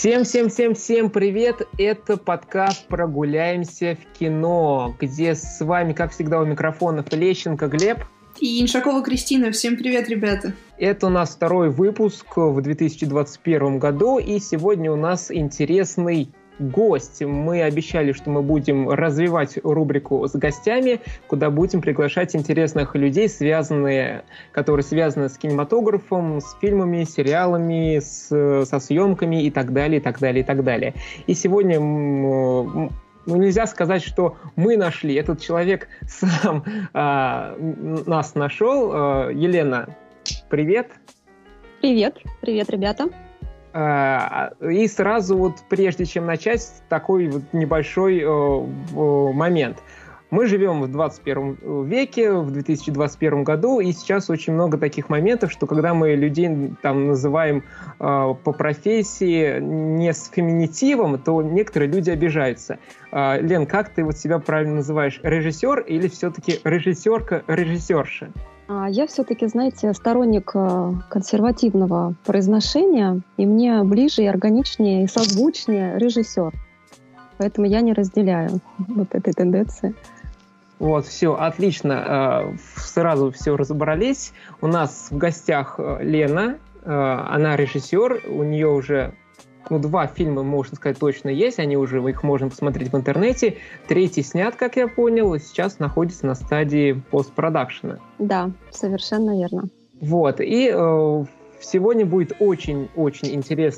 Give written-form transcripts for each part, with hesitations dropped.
Всем привет! Это подкаст «Прогуляемся в кино», где с вами, как всегда, у микрофонов Лещенко Глеб и Иншакова Кристина. Всем привет, ребята! Это у нас второй выпуск в 2021 году, и сегодня у нас интересный гость. Мы обещали, что мы будем развивать рубрику с гостями, куда будем приглашать интересных людей, которые связаны с кинематографом, с фильмами, сериалами, со съемками и так далее, и так далее, и так далее. И сегодня нельзя сказать, что мы нашли. Этот человек сам нас нашел. Елена, привет. Привет, ребята. И сразу вот, прежде чем начать, такой вот небольшой момент. Мы живем в 21 веке, в 2021 году, и сейчас очень много таких моментов, что когда мы людей там называем по профессии не с феминитивом, то некоторые люди обижаются. Лен, как ты вот себя правильно называешь? Режиссер или все-таки режиссерка-режиссерша? Я все-таки, знаете, сторонник консервативного произношения, и мне ближе и органичнее, и созвучнее режиссер. Поэтому я не разделяю вот этой тенденции. Вот, все, отлично. Сразу все разобрались. У нас в гостях Лена, она режиссер, у нее уже 2 фильма, можно сказать, точно есть, их можно посмотреть в интернете. 3 снят, как я понял, и сейчас находится на стадии постпродакшена. Да, совершенно верно. Вот, и сегодня будет очень-очень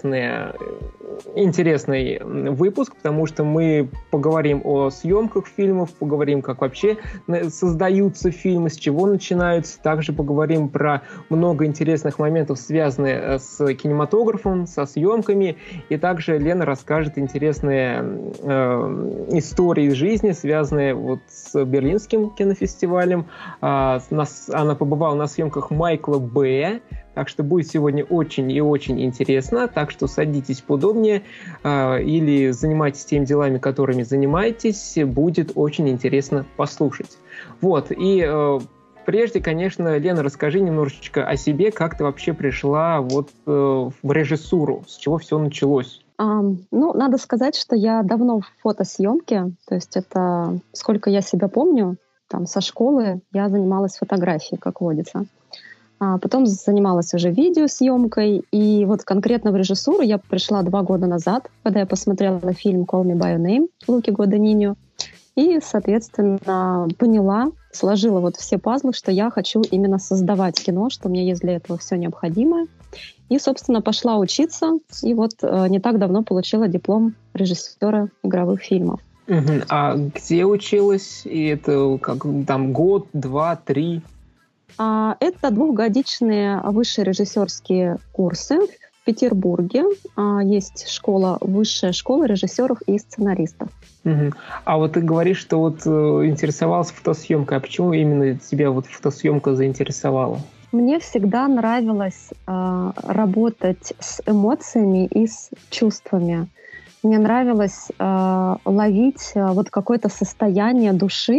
интересный выпуск, потому что мы поговорим о съемках фильмов, поговорим, как вообще создаются фильмы, с чего начинаются, также поговорим про много интересных моментов, связанных с кинематографом, со съемками, и также Лена расскажет интересные истории из жизни, связанные вот с Берлинским кинофестивалем. Она побывала на съемках Майкла Бэя. Так что будет сегодня очень и очень интересно. Так что садитесь поудобнее или занимайтесь теми делами, которыми занимаетесь. Будет очень интересно послушать. Вот. И прежде, конечно, Лена, расскажи немножечко о себе, как ты вообще пришла вот в режиссуру, с чего все началось. Надо сказать, что я давно в фотосъемке. То есть это, сколько я себя помню, там со школы я занималась фотографией, как водится. Потом занималась уже видеосъемкой, и вот конкретно в режиссуру я пришла 2 года назад, когда я посмотрела фильм «Call Me By Your Name» Луки Гуadagnino, и, соответственно, поняла, сложила вот все пазлы, что я хочу именно создавать кино, что у меня есть для этого все необходимое. И, собственно, пошла учиться, и вот не так давно получила диплом режиссера игровых фильмов. А где училась? И это как там год, 2, 3? Это 2-годичные высшие режиссерские курсы в Петербурге. Есть высшая школа режиссеров и сценаристов. А вот ты говоришь, что вот интересовалась фотосъемкой. А почему именно тебя вот фотосъемка заинтересовала? Мне всегда нравилось работать с эмоциями и с чувствами. Мне нравилось ловить вот какое-то состояние души.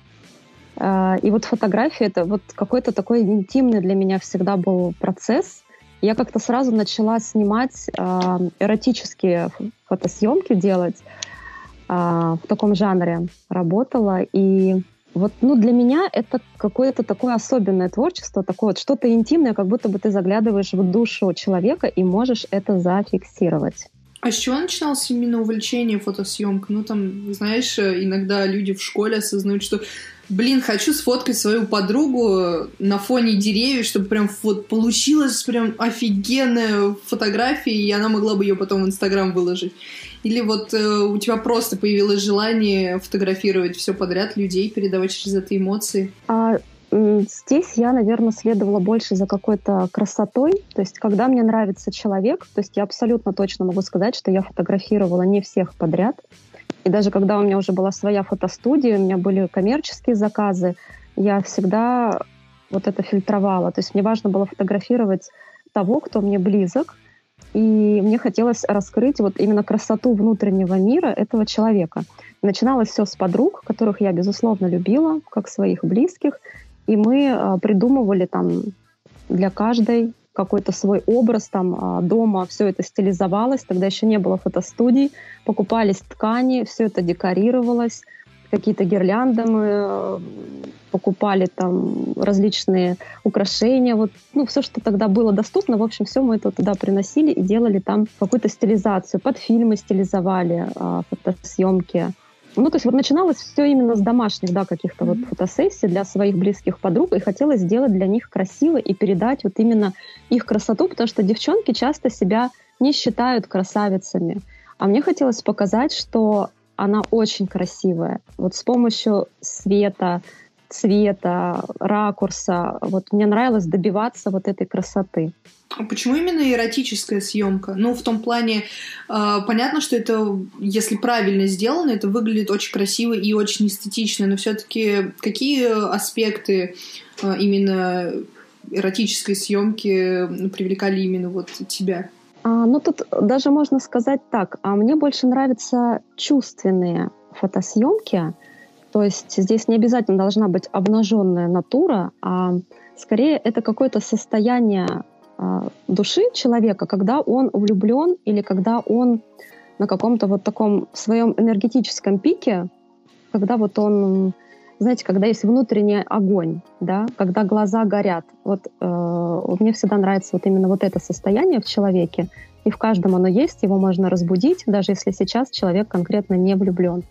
И вот фотография — это вот какой-то такой интимный для меня всегда был процесс. Я как-то сразу начала снимать эротические фотосъемки, делать в таком жанре работала. И вот для меня это какое-то такое особенное творчество, такое вот что-то интимное, как будто бы ты заглядываешь в душу человека и можешь это зафиксировать. А с чего начиналось именно увлечение фотосъемкой? Знаешь, иногда люди в школе осознают, что хочу сфоткать свою подругу на фоне деревьев, чтобы прям вот получилась прям офигенная фотография, и она могла бы ее потом в Инстаграм выложить. Или вот у тебя просто появилось желание фотографировать все подряд людей, передавать через это эмоции? Здесь я, наверное, следовала больше за какой-то красотой. То есть, когда мне нравится человек, то есть я абсолютно точно могу сказать, что я фотографировала не всех подряд. И даже когда у меня уже была своя фотостудия, у меня были коммерческие заказы, я всегда вот это фильтровала. То есть мне важно было фотографировать того, кто мне близок, и мне хотелось раскрыть вот именно красоту внутреннего мира этого человека. Начиналось все с подруг, которых я, безусловно, любила, как своих близких, и мы придумывали там для каждой какой-то свой образ, там дома все это стилизовалось, тогда еще не было фотостудий, покупались ткани, все это декорировалось, какие-то гирлянды мы покупали, там различные украшения, вот, ну, все, что тогда было доступно, в общем, все мы это туда приносили и делали там какую-то стилизацию, под фильмы стилизовали, фотосъемки. Ну, то есть вот начиналось все именно с домашних, да, каких-то вот фотосессий для своих близких подруг, и хотелось сделать для них красиво и передать вот именно их красоту, потому что девчонки часто себя не считают красавицами. А мне хотелось показать, что она очень красивая. Вот с помощью света, цвета, ракурса. Вот мне нравилось добиваться вот этой красоты. А почему именно эротическая съемка? Ну, в том плане, понятно, что это, если правильно сделано, это выглядит очень красиво и очень эстетично, но все-таки какие аспекты именно эротической съемки привлекали именно вот тебя? Ну, тут даже можно сказать так. Мне больше нравятся чувственные фотосъемки. То есть здесь не обязательно должна быть обнаженная натура, а скорее это какое-то состояние души человека, когда он влюблен или когда он на каком-то вот таком своем энергетическом пике, когда вот он, знаете, когда есть внутренний огонь, да, когда глаза горят. Вот мне всегда нравится вот именно вот это состояние в человеке, и в каждом оно есть, его можно разбудить, даже если сейчас человек конкретно не влюблен.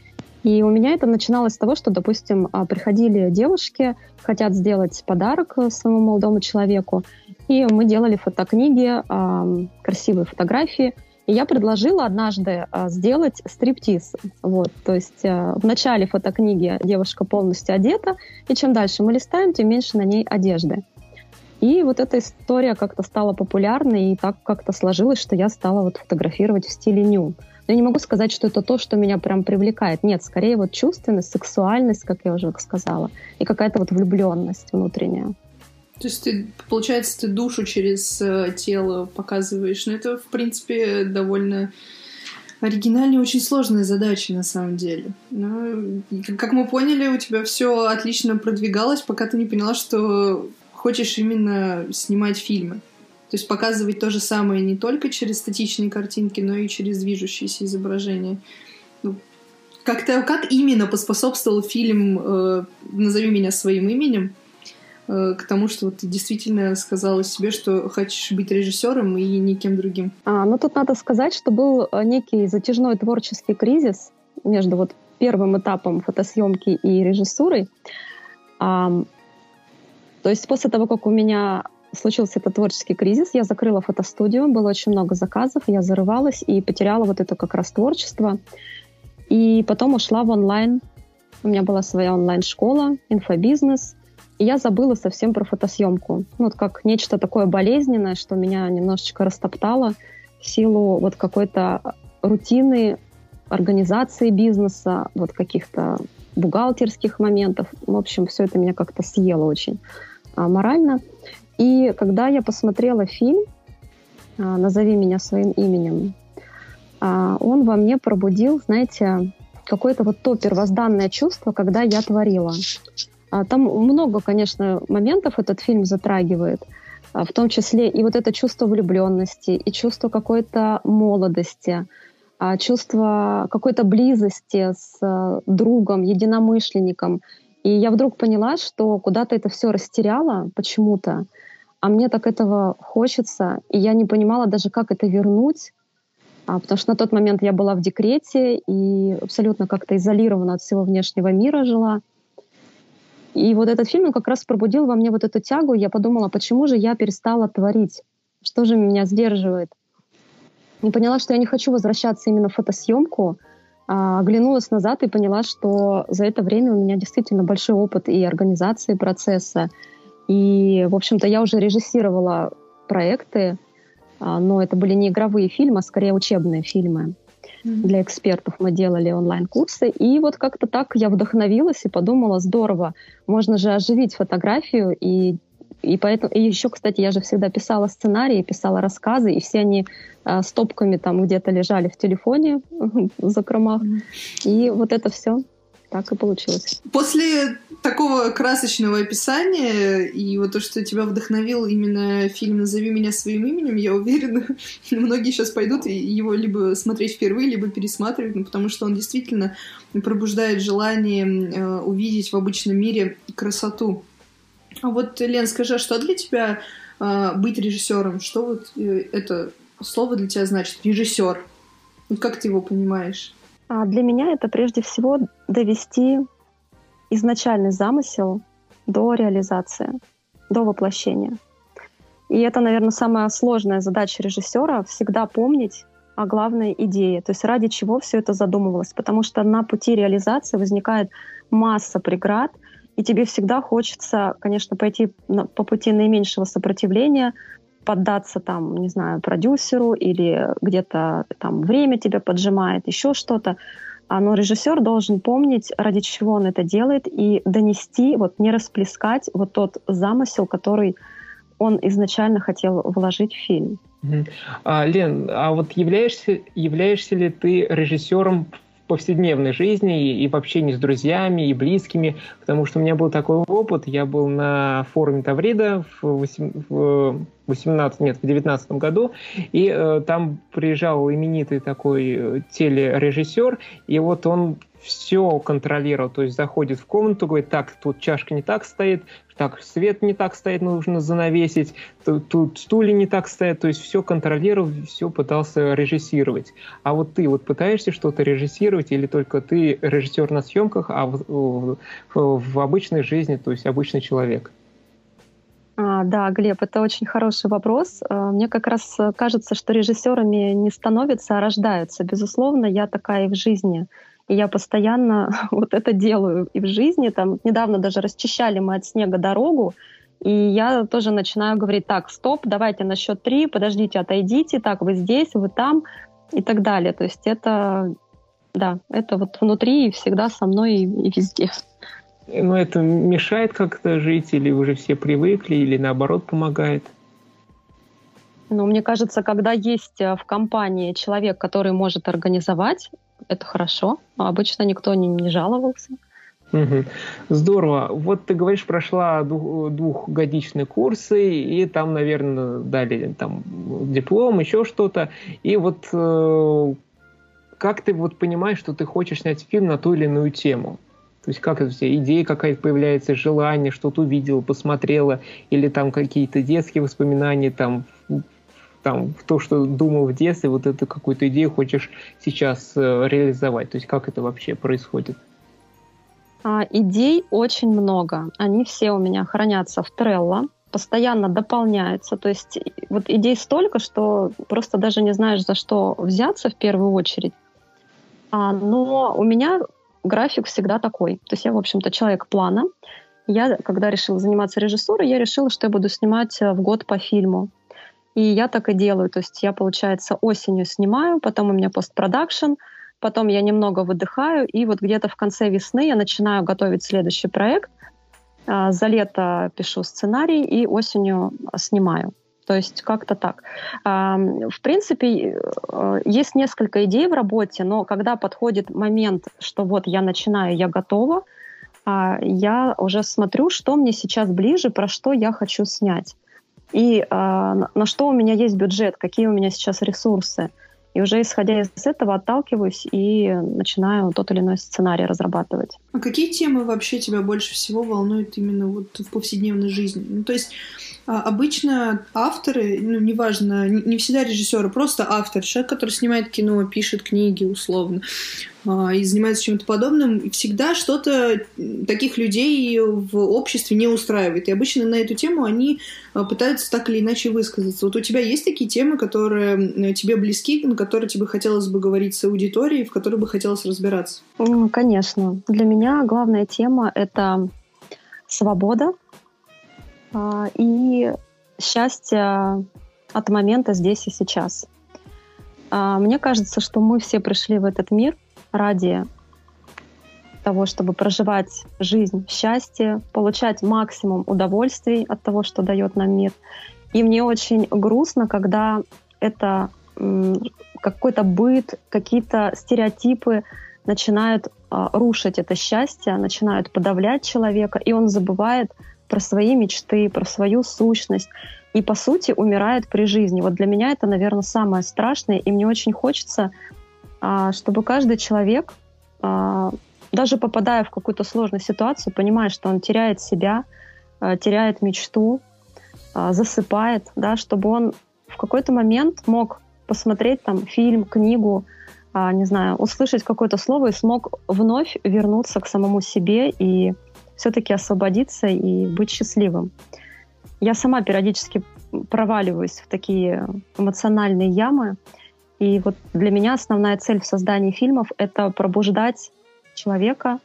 И у меня это начиналось с того, что, допустим, приходили девушки, хотят сделать подарок своему молодому человеку, и мы делали фотокниги, красивые фотографии. И я предложила однажды сделать стриптиз. Вот. То есть в начале фотокниги девушка полностью одета, и чем дальше мы листаем, тем меньше на ней одежды. И вот эта история как-то стала популярной, и так как-то сложилось, что я стала вот фотографировать в стиле ню. Но я не могу сказать, что это то, что меня прям привлекает. Нет, скорее вот чувственность, сексуальность, как я уже сказала, и какая-то вот влюбленность внутренняя. То есть получается, ты душу через тело показываешь. Но это, в принципе, довольно оригинальная и очень сложная задача на самом деле. Но, как мы поняли, у тебя все отлично продвигалось, пока ты не поняла, что хочешь именно снимать фильмы. То есть показывать то же самое не только через статичные картинки, но и через движущиеся изображения. Как именно поспособствовал фильм «Назови меня своим именем» к тому, что ты действительно сказала себе, что хочешь быть режиссером и никем другим? Ну, тут надо сказать, что был некий затяжной творческий кризис между вот первым этапом фотосъемки и режиссурой. То есть после того, как у меня случился этот творческий кризис, я закрыла фотостудию, было очень много заказов, я зарывалась и потеряла вот это как раз творчество. И потом ушла в онлайн. У меня была своя онлайн-школа, инфобизнес. И я забыла совсем про фотосъемку. Ну, вот как нечто такое болезненное, что меня немножечко растоптало в силу вот какой-то рутины, организации бизнеса, вот каких-то бухгалтерских моментов. В общем, все это меня как-то съело очень морально. И когда я посмотрела фильм «Назови меня своим именем», он во мне пробудил, знаете, какое-то вот то первозданное чувство, когда я творила. Там много, конечно, моментов этот фильм затрагивает, в том числе и вот это чувство влюбленности, и чувство какой-то молодости, чувство какой-то близости с другом, единомышленником. И я вдруг поняла, что куда-то это все растеряла почему-то, а мне так этого хочется, и я не понимала даже, как это вернуть, потому что на тот момент я была в декрете и абсолютно как-то изолирована от всего внешнего мира жила. И вот этот фильм, он как раз пробудил во мне вот эту тягу. Я подумала, почему же я перестала творить? Что же меня сдерживает? И поняла, что я не хочу возвращаться именно в фотосъемку. Оглянулась назад и поняла, что за это время у меня действительно большой опыт и организации процесса. И, в общем-то, я уже режиссировала проекты, но это были не игровые фильмы, а скорее учебные фильмы. Для экспертов мы делали онлайн-курсы. И вот как-то так я вдохновилась и подумала, здорово, можно же оживить фотографию. И поэтому, и еще, кстати, я же всегда писала сценарии, писала рассказы, и все они стопками там где-то лежали в телефоне в закромах. И вот это все так и получилось. После такого красочного описания, и вот то, что тебя вдохновил именно фильм «Назови меня своим именем», я уверена, многие сейчас пойдут его либо смотреть впервые, либо пересматривать, ну, потому что он действительно пробуждает желание увидеть в обычном мире красоту. А вот, Лен, скажи, что для тебя быть режиссером? Что вот это слово для тебя значит? Режиссер. Вот как ты его понимаешь? Для меня это прежде всего довести изначальный замысел до реализации, до воплощения. И это, наверное, самая сложная задача режиссера — всегда помнить о главной идее, то есть ради чего все это задумывалось. Потому что на пути реализации возникает масса преград, и тебе всегда хочется, конечно, пойти по пути наименьшего сопротивления, поддаться там, не знаю, продюсеру, или где-то там время тебя поджимает, еще что-то. Но режиссер должен помнить, ради чего он это делает, и донести, вот не расплескать вот тот замысел, который он изначально хотел вложить в фильм. Лен, а вот являешься ли ты режиссером в повседневной жизни и в общении с друзьями и близкими? Потому что у меня был такой опыт. Я был на форуме Таврида в 2019 году, и там приезжал именитый такой телережиссер, и вот он все контролировал, то есть заходит в комнату, говорит: так, тут чашка не так стоит, так, свет не так стоит, нужно занавесить, тут стулья не так стоят, то есть все контролировал, все пытался режиссировать. А вот ты вот пытаешься что-то режиссировать, или только ты режиссер на съемках, а в обычной жизни, то есть обычный человек? Да, Глеб, это очень хороший вопрос. Мне как раз кажется, что режиссерами не становятся, а рождаются. Безусловно, я такая и в жизни. И я постоянно вот это делаю и в жизни. Там недавно даже расчищали мы от снега дорогу, и я тоже начинаю говорить: так, стоп, давайте на счет 3, подождите, отойдите, так, вы здесь, вы там, и так далее. То есть это, да, это вот внутри и всегда со мной и везде. Но это мешает как-то жить, или уже все привыкли, или наоборот помогает? Ну, мне кажется, когда есть в компании человек, который может организовать, это хорошо. А обычно никто не жаловался. Угу. Здорово. Вот ты говоришь, прошла двухгодичные курсы, и там, наверное, дали там диплом, еще что-то. И вот как ты вот понимаешь, что ты хочешь снять фильм на ту или иную тему? То есть как это у тебя, идея какая-то появляется, желание, что-то увидела, посмотрела, или там какие-то детские воспоминания, там то, что думал в детстве, вот эту какую-то идею хочешь сейчас реализовать. То есть как это вообще происходит? Идей очень много. Они все у меня хранятся в Trello, постоянно дополняются. То есть вот идей столько, что просто даже не знаешь, за что взяться в первую очередь. Но у меня график всегда такой. То есть я, в общем-то, человек плана. Я, когда решила заниматься режиссурой, я решила, что я буду снимать в год по фильму. И я так и делаю. То есть я, получается, осенью снимаю, потом у меня постпродакшн, потом я немного выдыхаю, и вот где-то в конце весны я начинаю готовить следующий проект. За лето пишу сценарий и осенью снимаю. То есть как-то так. В принципе, есть несколько идей в работе, но когда подходит момент, что вот я начинаю, я готова, я уже смотрю, что мне сейчас ближе, про что я хочу снять. И на что у меня есть бюджет, какие у меня сейчас ресурсы. И уже исходя из этого отталкиваюсь и начинаю тот или иной сценарий разрабатывать. А какие темы вообще тебя больше всего волнуют именно вот в повседневной жизни? Ну, то есть обычно авторы, ну, неважно, не всегда режиссеры, просто автор, человек, который снимает кино, пишет книги условно, и занимается чем-то подобным, и всегда что-то таких людей в обществе не устраивает. И обычно на эту тему они пытаются так или иначе высказаться. Вот у тебя есть такие темы, которые тебе близки, на которые тебе хотелось бы говорить с аудиторией, в которых бы хотелось разбираться? Конечно. Для меня главная тема — это свобода и счастье от момента здесь и сейчас. Мне кажется, что мы все пришли в этот мир ради того, чтобы проживать жизнь в счастье, получать максимум удовольствий от того, что дает нам мир. И мне очень грустно, когда это какой-то быт, какие-то стереотипы начинают рушить это счастье, начинают подавлять человека, и он забывает про свои мечты, про свою сущность, и, по сути, умирает при жизни. Вот для меня это, наверное, самое страшное, и мне очень хочется, чтобы каждый человек, даже попадая в какую-то сложную ситуацию, понимая, что он теряет себя, теряет мечту, засыпает, да, чтобы он в какой-то момент мог посмотреть там фильм, книгу, не знаю, услышать какое-то слово и смог вновь вернуться к самому себе и все-таки освободиться и быть счастливым. Я сама периодически проваливаюсь в такие эмоциональные ямы, и вот для меня основная цель в создании фильмов — это пробуждать человека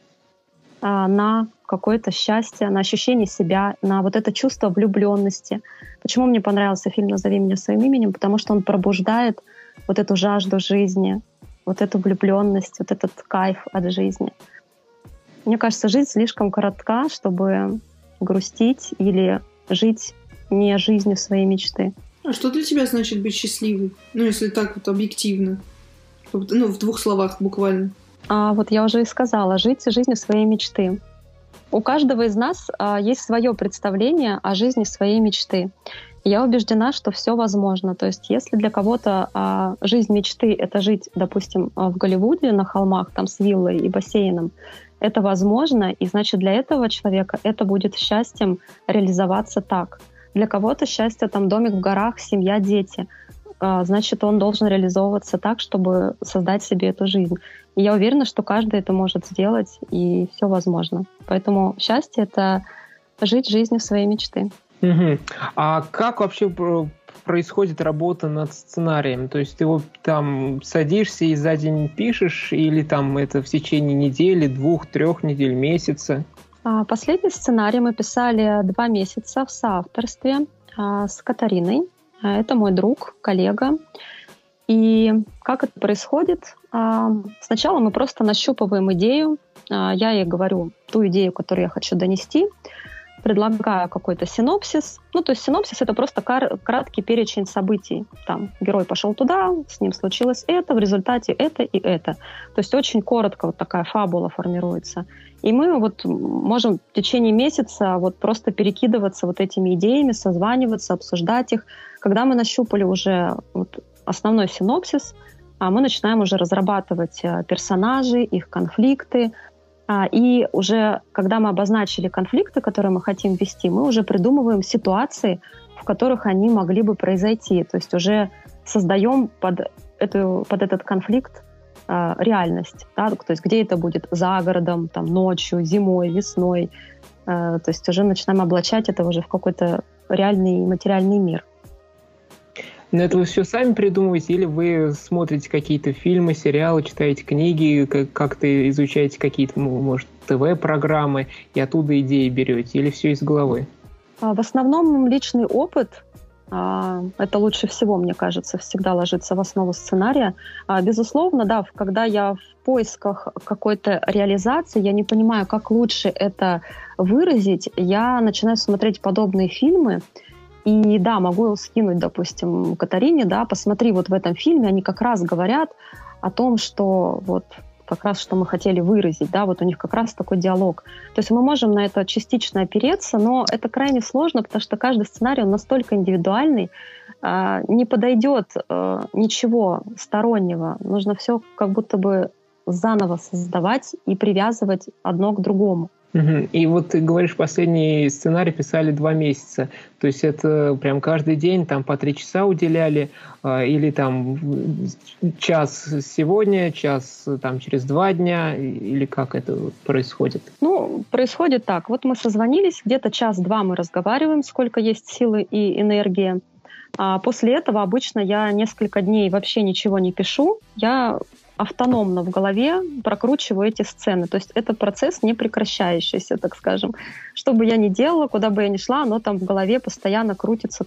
на какое-то счастье, на ощущение себя, на вот это чувство влюбленности. Почему мне понравился фильм «Назови меня своим именем»? Потому что он пробуждает вот эту жажду жизни, вот эту влюбленность, вот этот кайф от жизни. Мне кажется, жизнь слишком коротка, чтобы грустить или жить не жизнью своей мечты. А что для тебя значит быть счастливой? Ну, если так вот объективно. Ну, в 2 словах буквально. Вот я уже и сказала, жить жизнью своей мечты. У каждого из нас есть свое представление о жизни своей мечты. Я убеждена, что все возможно. То есть если для кого-то жизнь мечты — это жить, допустим, в Голливуде на холмах там с виллой и бассейном, это возможно, и значит для этого человека это будет счастьем реализоваться так. Для кого-то счастье там домик в горах, семья, дети. Значит, он должен реализовываться так, чтобы создать себе эту жизнь. И я уверена, что каждый это может сделать, и все возможно. Поэтому счастье — это жить жизнью своей мечты. Угу. А как вообще происходит работа над сценарием? То есть ты вот там садишься и за день пишешь, или там это в течение недели, 2-3 недель, месяца? Последний сценарий мы писали 2 месяца в соавторстве с Катариной. Это мой друг, коллега. И как это происходит? Сначала мы просто нащупываем идею. Я ей говорю ту идею, которую я хочу донести, предлагаю какой-то синопсис. Ну, то есть синопсис — это просто краткий перечень событий. Там герой пошел туда, с ним случилось это, в результате это и это. То есть очень коротко вот такая фабула формируется. И мы вот можем в течение месяца вот просто перекидываться вот этими идеями, созваниваться, обсуждать их. Когда мы нащупали уже вот основной синопсис, мы начинаем уже разрабатывать персонажей, их конфликты. И уже, когда мы обозначили конфликты, которые мы хотим ввести, мы уже придумываем ситуации, в которых они могли бы произойти. То есть уже создаем под этот конфликт реальность. Да? То есть где это будет за городом, там, ночью, зимой, весной. То есть уже начинаем облачать это уже в какой-то реальный материальный мир. Но это вы все сами придумываете, или вы смотрите какие-то фильмы, сериалы, читаете книги, как-то изучаете какие-то, может, ТВ-программы, и оттуда идеи берете, или все из головы? В основном личный опыт, это лучше всего, мне кажется, всегда ложится в основу сценария. Безусловно, да, когда я в поисках какой-то реализации, я не понимаю, как лучше это выразить, я начинаю смотреть подобные фильмы. И да, могу скинуть, допустим, Катарине, да, посмотри, вот в этом фильме они как раз говорят о том, что вот как раз что мы хотели выразить, да, вот у них как раз такой диалог. То есть мы можем на это частично опереться, но это крайне сложно, потому что каждый сценарий, он настолько индивидуальный, не подойдет ничего стороннего. Нужно все как будто бы заново создавать и привязывать одно к другому. И вот ты говоришь, последний сценарий писали 2 месяца. То есть это прям каждый день там по 3 часа уделяли, или там час сегодня, час там через 2 дня, или как это происходит? Ну, происходит так. Вот мы созвонились, где-то час-два мы разговариваем, сколько есть силы и энергии. А после этого обычно я несколько дней вообще ничего не пишу. Я автономно в голове прокручиваю эти сцены. То есть это процесс не прекращающийся, так скажем. Что бы я ни делала, куда бы я ни шла, оно там в голове постоянно крутится.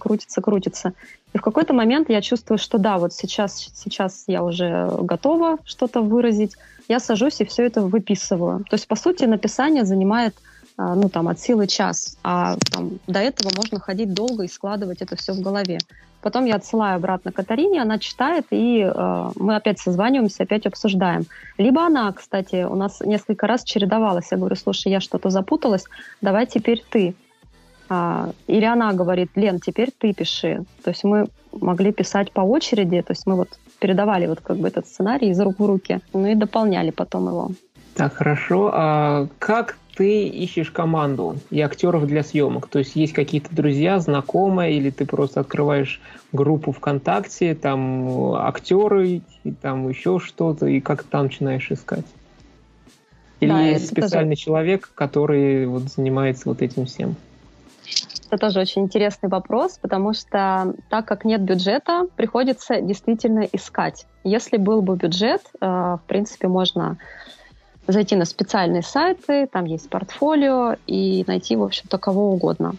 И в какой-то момент я чувствую, что да, вот сейчас я уже готова что-то выразить. Я сажусь и все это выписываю. То есть, по сути, написание занимает ну, там, от силы час, а там, до этого можно ходить долго и складывать это все в голове. Потом я отсылаю обратно Катарине, она читает, и мы опять созваниваемся, опять обсуждаем. Либо она, кстати, у нас несколько раз чередовалась. Я говорю, слушай, я что-то запуталась, давай теперь ты. Или она говорит, Лен, теперь ты пиши. То есть мы могли писать по очереди, то есть мы вот передавали вот как бы этот сценарий из рук в руки, ну и дополняли потом его. Так, хорошо. А как ты ищешь команду и актеров для съемок? То есть есть какие-то друзья, знакомые, или ты просто открываешь группу ВКонтакте, там актеры, и там еще что-то, и как ты там начинаешь искать? Или Да, есть специальный человек, который вот занимается вот этим всем? Это тоже очень интересный вопрос, потому что так как нет бюджета, приходится действительно искать. Если был бы бюджет, в принципе, можно зайти на специальные сайты, там есть портфолио, и найти, в общем-то, кого угодно.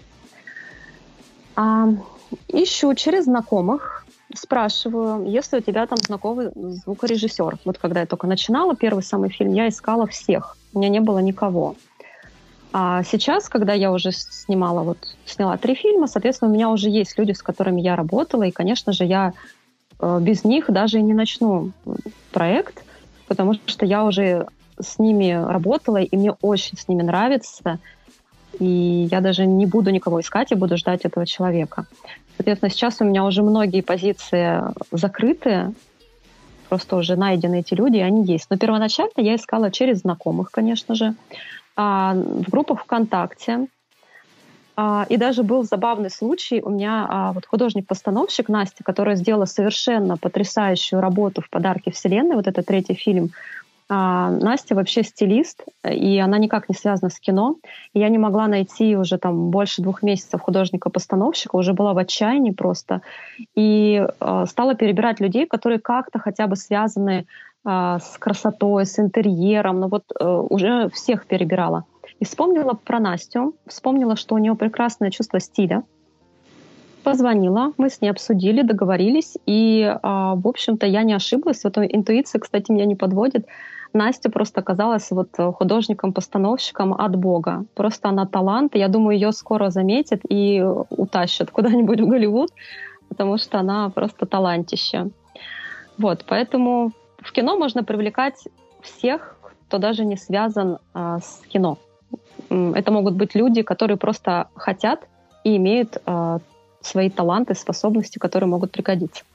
Ищу через знакомых, спрашиваю, если у тебя там знакомый звукорежиссер. Вот когда я только начинала первый самый фильм, я искала всех, у меня не было никого. А сейчас, когда я уже сняла 3 фильма, соответственно, у меня уже есть люди, с которыми я работала, и, конечно же, я без них даже и не начну проект, потому что я уже с ними работала, и мне очень с ними нравится, и я даже не буду никого искать, я буду ждать этого человека. Соответственно, сейчас у меня уже многие позиции закрыты, просто уже найдены эти люди, и они есть. Но первоначально я искала через знакомых, конечно же, в группах ВКонтакте. И даже был забавный случай. У меня вот художник-постановщик Настя, которая сделала совершенно потрясающую работу в «Подарки Вселенной», вот это 3-й фильм. Настя вообще стилист, и она никак не связана с кино. И я не могла найти уже там больше 2 месяцев художника-постановщика, уже была в отчаянии просто. И стала перебирать людей, которые как-то хотя бы связаны с красотой, с интерьером, но вот уже всех перебирала. И вспомнила про Настю, вспомнила, что у нее прекрасное чувство стиля. Позвонила, мы с ней обсудили, договорились, и, в общем-то, я не ошиблась. Вот интуиция, кстати, меня не подводит. Настя просто оказалась вот художником-постановщиком от Бога. Просто она талант, и я думаю, ее скоро заметят и утащат куда-нибудь в Голливуд, потому что она просто талантище. Вот, поэтому в кино можно привлекать всех, кто даже не связан с кино. Это могут быть люди, которые просто хотят и имеют свои таланты, способности, которые могут пригодиться.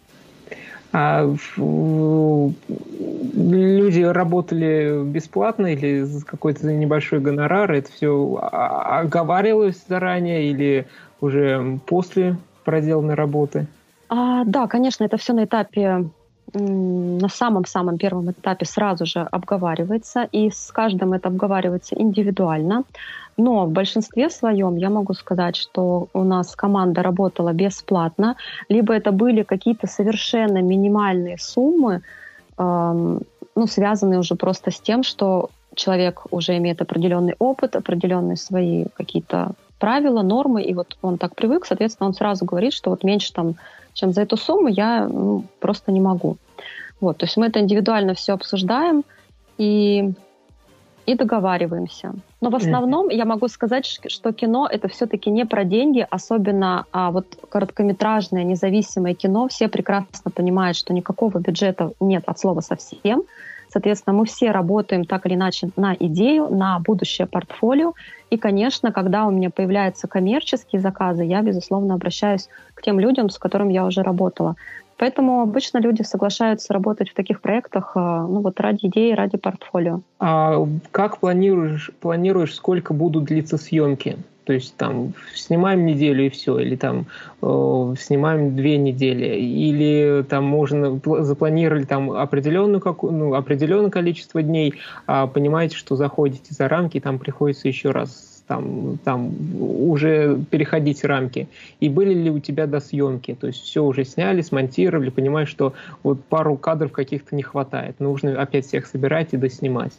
Люди работали бесплатно или за какой-то небольшой гонорар? Это все оговаривалось заранее или уже после проделанной работы? Да, конечно, это все на этапе, на самом-самом первом этапе сразу же обговаривается, и с каждым это обговаривается индивидуально. Но в большинстве своем я могу сказать, что у нас команда работала бесплатно, либо это были какие-то совершенно минимальные суммы, связанные уже просто с тем, что человек уже имеет определенный опыт, определенные свои какие-то правила, нормы, и вот он так привык, соответственно, он сразу говорит, что вот меньше там, чем за эту сумму, я просто не могу. Вот, то есть мы это индивидуально все обсуждаем и договариваемся. Но в основном я могу сказать, что кино — это все-таки не про деньги, особенно вот короткометражное независимое кино. Все прекрасно понимают, что никакого бюджета нет от слова совсем. Соответственно, мы все работаем так или иначе на идею, на будущее портфолио. И, конечно, когда у меня появляются коммерческие заказы, я, безусловно, обращаюсь к тем людям, с которыми я уже работала. Поэтому обычно люди соглашаются работать в таких проектах ради идеи, ради портфолио. А как планируешь, сколько будут длиться съемки? То есть там снимаем неделю и все, или там снимаем 2 недели, или там можно запланировали там определенное количество дней, а понимаете, что заходите за рамки, там приходится еще раз там уже переходить рамки. И были ли у тебя досъемки? То есть все уже сняли, смонтировали, понимаешь, что вот пару кадров каких-то не хватает. Нужно опять всех собирать и доснимать.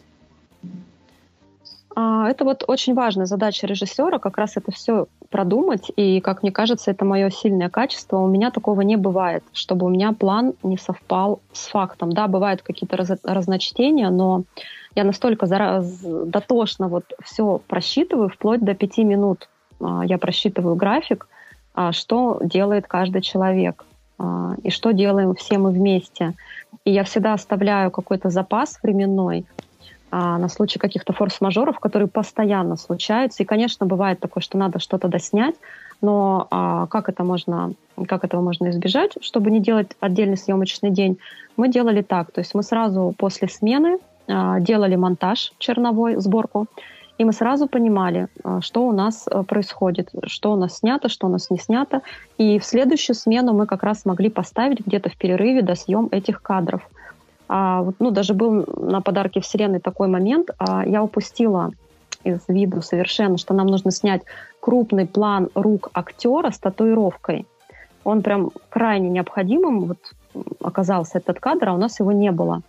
Это вот очень важная задача режиссера, как раз это все продумать, и, как мне кажется, это мое сильное качество. У меня такого не бывает, чтобы у меня план не совпал с фактом. Да, бывают какие-то разночтения, но Я настолько дотошно вот все просчитываю, вплоть до 5 минут я просчитываю график, что делает каждый человек и что делаем все мы вместе. И я всегда оставляю какой-то запас временной на случай каких-то форс-мажоров, которые постоянно случаются. И, конечно, бывает такое, что надо что-то доснять, но как этого можно избежать, чтобы не делать отдельный съемочный день? Мы делали так, то есть мы сразу после смены делали монтаж черновой, сборку, и мы сразу понимали, что у нас происходит, что у нас снято, что у нас не снято. И в следующую смену мы как раз могли поставить где-то в перерыве досъем этих кадров. Даже был на «Подарке Вселенной» такой момент, я упустила из виду совершенно, что нам нужно снять крупный план рук актера с татуировкой. Он прям крайне необходимым оказался этот кадр, а у нас его не было.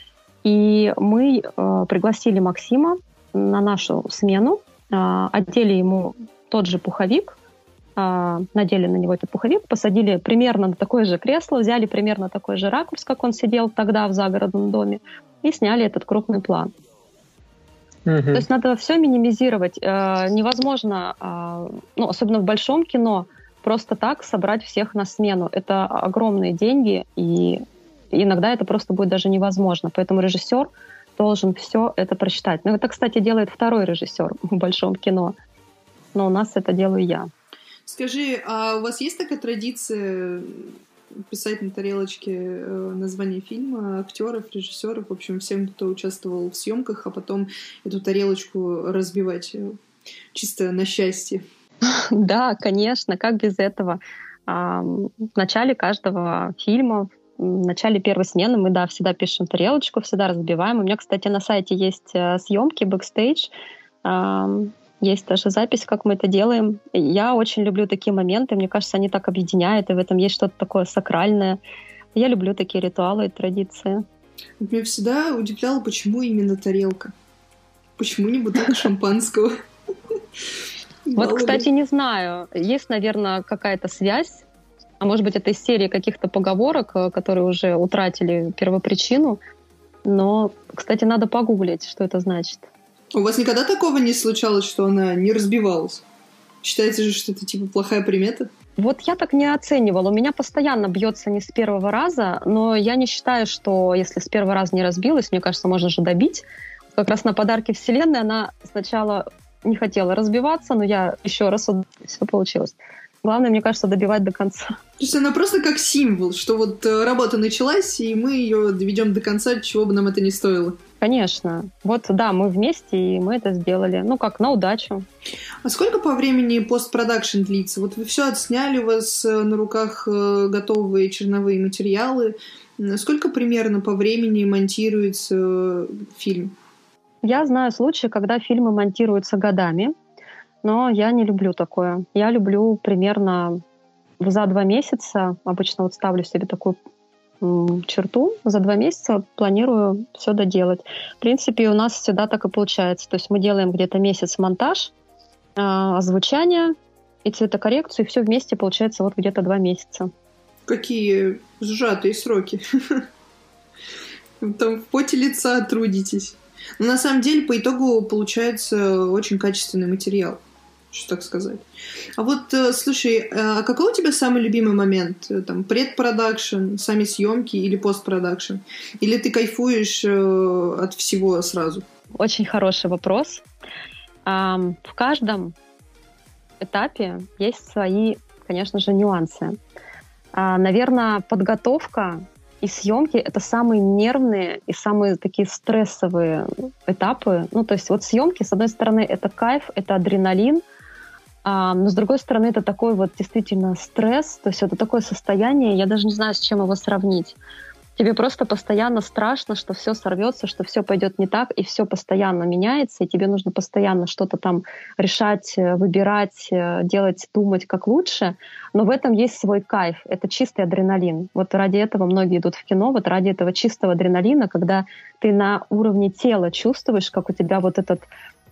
И мы пригласили Максима на нашу смену, одели ему тот же пуховик, надели на него этот пуховик, посадили примерно на такое же кресло, взяли примерно такой же ракурс, как он сидел тогда в загородном доме, и сняли этот крупный план. То есть надо все минимизировать. Невозможно, особенно в большом кино, просто так собрать всех на смену. Это огромные деньги, и иногда это просто будет даже невозможно. Поэтому режиссер должен все это просчитать. Это, кстати, делает второй режиссер в большом кино. Но у нас это делаю я. Скажи, а у вас есть такая традиция писать на тарелочке название фильма, актеров, режиссеров, в общем, всем, кто участвовал в съемках, а потом эту тарелочку разбивать чисто на счастье? Да, конечно, как без этого. В начале каждого фильма, в начале первой смены мы, всегда пишем тарелочку, всегда разбиваем. У меня, кстати, на сайте есть съемки, бэкстейдж, есть даже запись, как мы это делаем. Я очень люблю такие моменты, мне кажется, они так объединяют, и в этом есть что-то такое сакральное. Я люблю такие ритуалы и традиции. Меня всегда удивляло, почему именно тарелка. Почему не бутылка шампанского? Вот, кстати, не знаю. Есть, наверное, какая-то связь. А может быть, это из серии каких-то поговорок, которые уже утратили первопричину. Но, кстати, надо погуглить, что это значит. У вас никогда такого не случалось, что она не разбивалась? Считается же, что это типа плохая примета? Вот я так не оценивала. У меня постоянно бьется не с первого раза, но я не считаю, что если с первого раза не разбилась, мне кажется, можно же добить. Как раз на «Подарке Вселенной» она сначала не хотела разбиваться, но я еще раз все получилось. Главное, мне кажется, добивать до конца. То есть она просто как символ, что вот работа началась, и мы ее доведем до конца, чего бы нам это ни стоило. Конечно. Вот, да, мы вместе, и мы это сделали. Как на удачу. А сколько по времени постпродакшн длится? Вот вы все отсняли, у вас на руках готовые черновые материалы. Сколько примерно по времени монтируется фильм? Я знаю случаи, когда фильмы монтируются годами, но я не люблю такое. Я люблю примерно за 2 месяца, обычно ставлю себе такую черту, за 2 месяца планирую все доделать. В принципе, у нас всегда так и получается. То есть мы делаем где-то месяц монтаж, озвучание и цветокоррекцию, и все вместе получается вот где-то 2 месяца. Какие сжатые сроки. Там в поте лица трудитесь. Но на самом деле по итогу получается очень качественный материал, что так сказать. А вот, слушай, а какой у тебя самый любимый момент? Там, предпродакшн, сами съемки или постпродакшн? Или ты кайфуешь от всего сразу? Очень хороший вопрос. В каждом этапе есть свои, конечно же, нюансы. Наверное, подготовка и съемки — это самые нервные и самые такие стрессовые этапы. То есть вот съемки, с одной стороны, это кайф, это адреналин, но с другой стороны, это такой вот действительно стресс, то есть это такое состояние, я даже не знаю, с чем его сравнить. Тебе просто постоянно страшно, что все сорвется, что все пойдет не так, и все постоянно меняется, и тебе нужно постоянно что-то там решать, выбирать, делать, думать, как лучше. Но в этом есть свой кайф. Это чистый адреналин. Вот ради этого многие идут в кино, вот ради этого чистого адреналина, когда ты на уровне тела чувствуешь, как у тебя вот этот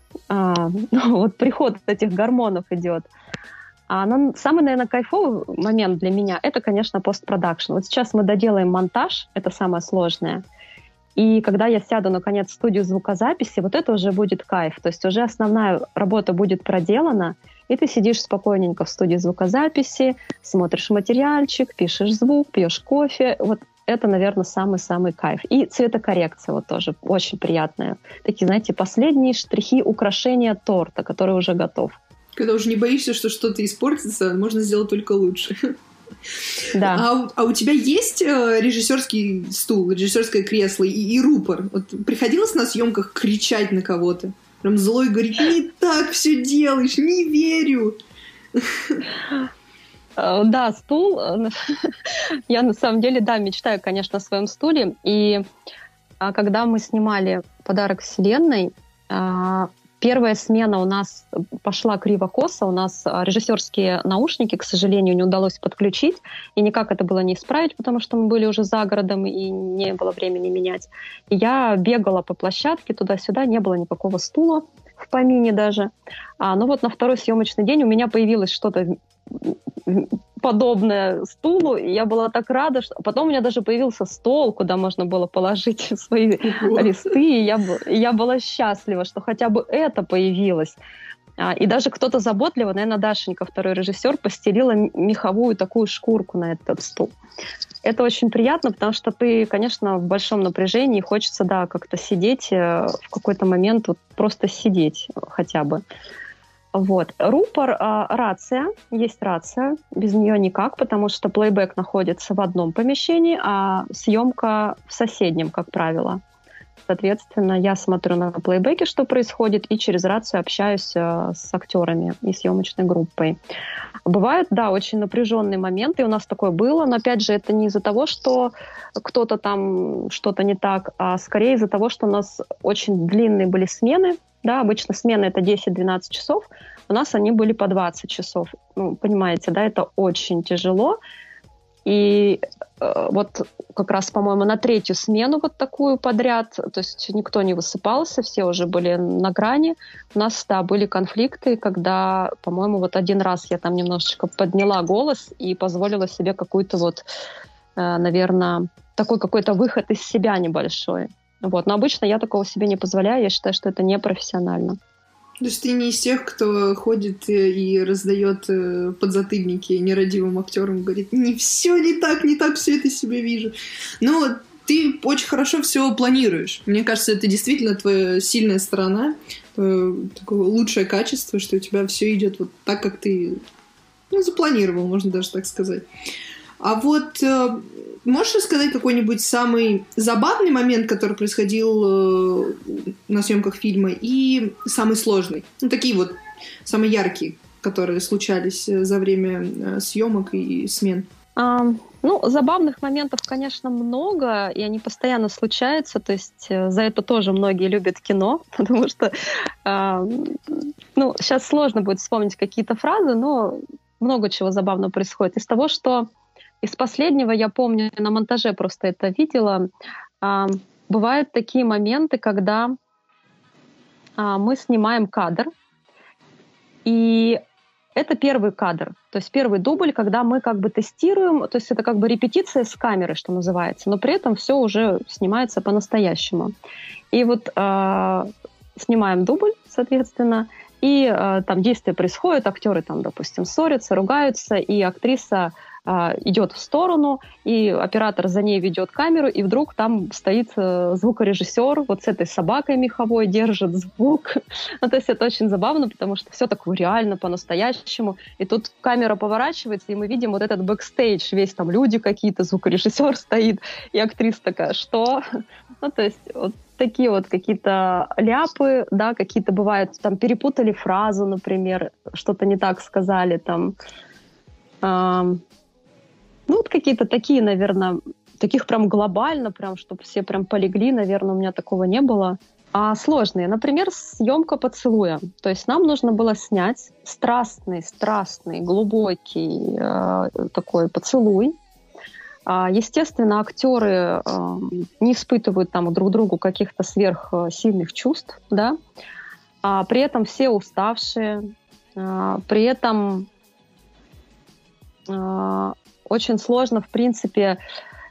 приход этих гормонов идет. Самый, наверное, кайфовый момент для меня — это, конечно, постпродакшн. Вот сейчас мы доделаем монтаж, это самое сложное. И когда я сяду, наконец, в студию звукозаписи, вот это уже будет кайф. То есть уже основная работа будет проделана, и ты сидишь спокойненько в студии звукозаписи, смотришь материальчик, пишешь звук, пьешь кофе. Вот это, наверное, самый-самый кайф. И цветокоррекция вот тоже очень приятная. Такие, знаете, последние штрихи украшения торта, который уже готов. Когда уже не боишься, что что-то испортится, можно сделать только лучше. Да. А у тебя есть режиссерский стул, режиссерское кресло и рупор? Вот приходилось на съемках кричать на кого-то? Прям злой говорит, не так все делаешь, не верю. Да, стул. Я на самом деле, да, мечтаю, конечно, о своем стуле. И когда мы снимали «Подарок Вселенной», первая смена у нас пошла криво-косо. У нас режиссерские наушники, к сожалению, не удалось подключить. И никак это было не исправить, потому что мы были уже за городом и не было времени менять. И я бегала по площадке туда-сюда, не было никакого стула в помине даже. Но вот на второй съемочный день у меня появилось что-то подобное стулу, и я была так рада, что... Потом у меня даже появился стол, куда можно было положить свои листы, и я была счастлива, что хотя бы это появилось. И даже кто-то заботливо, наверное, Дашенька, второй режиссер, постелила меховую такую шкурку на этот стул. Это очень приятно, потому что ты, конечно, в большом напряжении, хочется, да, как-то сидеть в какой-то момент, вот просто сидеть хотя бы. Вот. Рупор, рация, есть рация, без нее никак, потому что плейбэк находится в одном помещении, а съемка в соседнем, как правило. Соответственно, я смотрю на плейбеке, что происходит, и через рацию общаюсь с актерами и съемочной группой. Бывают, да, очень напряженные моменты, и у нас такое было, но, опять же, это не из-за того, что кто-то там что-то не так, а скорее из-за того, что у нас очень длинные были смены. Да, обычно смены это 10-12 часов, у нас они были по 20 часов. Ну, понимаете, да, это очень тяжело. И вот как раз, по-моему, на третью смену вот такую подряд, то есть никто не высыпался, все уже были на грани. У нас, да, были конфликты, когда, по-моему, вот один раз я там немножечко подняла голос и позволила себе какую-то вот, наверное, такой какой-то выход из себя небольшой. Вот. Но обычно я такого себе не позволяю, я считаю, что это непрофессионально. То есть ты не из тех, кто ходит и раздает подзатыльники нерадивым актерам, говорит, не все не так все это себе вижу. Но ты очень хорошо все планируешь. Мне кажется, это действительно твоя сильная сторона, такое лучшее качество, что у тебя все идет вот так, как ты запланировал, можно даже так сказать. А вот можешь рассказать какой-нибудь самый забавный момент, который происходил на съемках фильма, и самый сложный? Ну, такие вот самые яркие, которые случались за время съемок и смен. Ну, забавных моментов, конечно, много, и они постоянно случаются, то есть за это тоже многие любят кино, потому что, ну, сейчас сложно будет вспомнить какие-то фразы, но много чего забавного происходит. Из того, что из последнего, я помню, на монтаже просто это видела, бывают такие моменты, когда мы снимаем кадр, и это первый кадр, то есть первый дубль, когда мы как бы тестируем, то есть это как бы репетиция с камеры, что называется, но при этом все уже снимается по-настоящему. И вот снимаем дубль, соответственно, и там действие происходит, актеры там, допустим, ссорятся, ругаются, и актриса идет в сторону, и оператор за ней ведет камеру, и вдруг там стоит звукорежиссер вот с этой собакой меховой, держит звук. Ну, то есть это очень забавно, потому что все такое реально, по-настоящему. И тут камера поворачивается, и мы видим вот этот бэкстейдж, весь там люди какие-то, звукорежиссер стоит, и актриса такая, что? Ну, то есть вот такие вот какие-то ляпы, да, какие-то бывают, там перепутали фразу, например, что-то не так сказали, там... Ну, вот какие-то такие, наверное, таких прям глобально, прям, чтобы все прям полегли, наверное, у меня такого не было. А сложные, например, съемка поцелуя. То есть нам нужно было снять страстный, глубокий такой поцелуй. Естественно, актеры не испытывают там друг другу каких-то сверхсильных чувств, да. При этом все уставшие, при этом... Очень сложно, в принципе,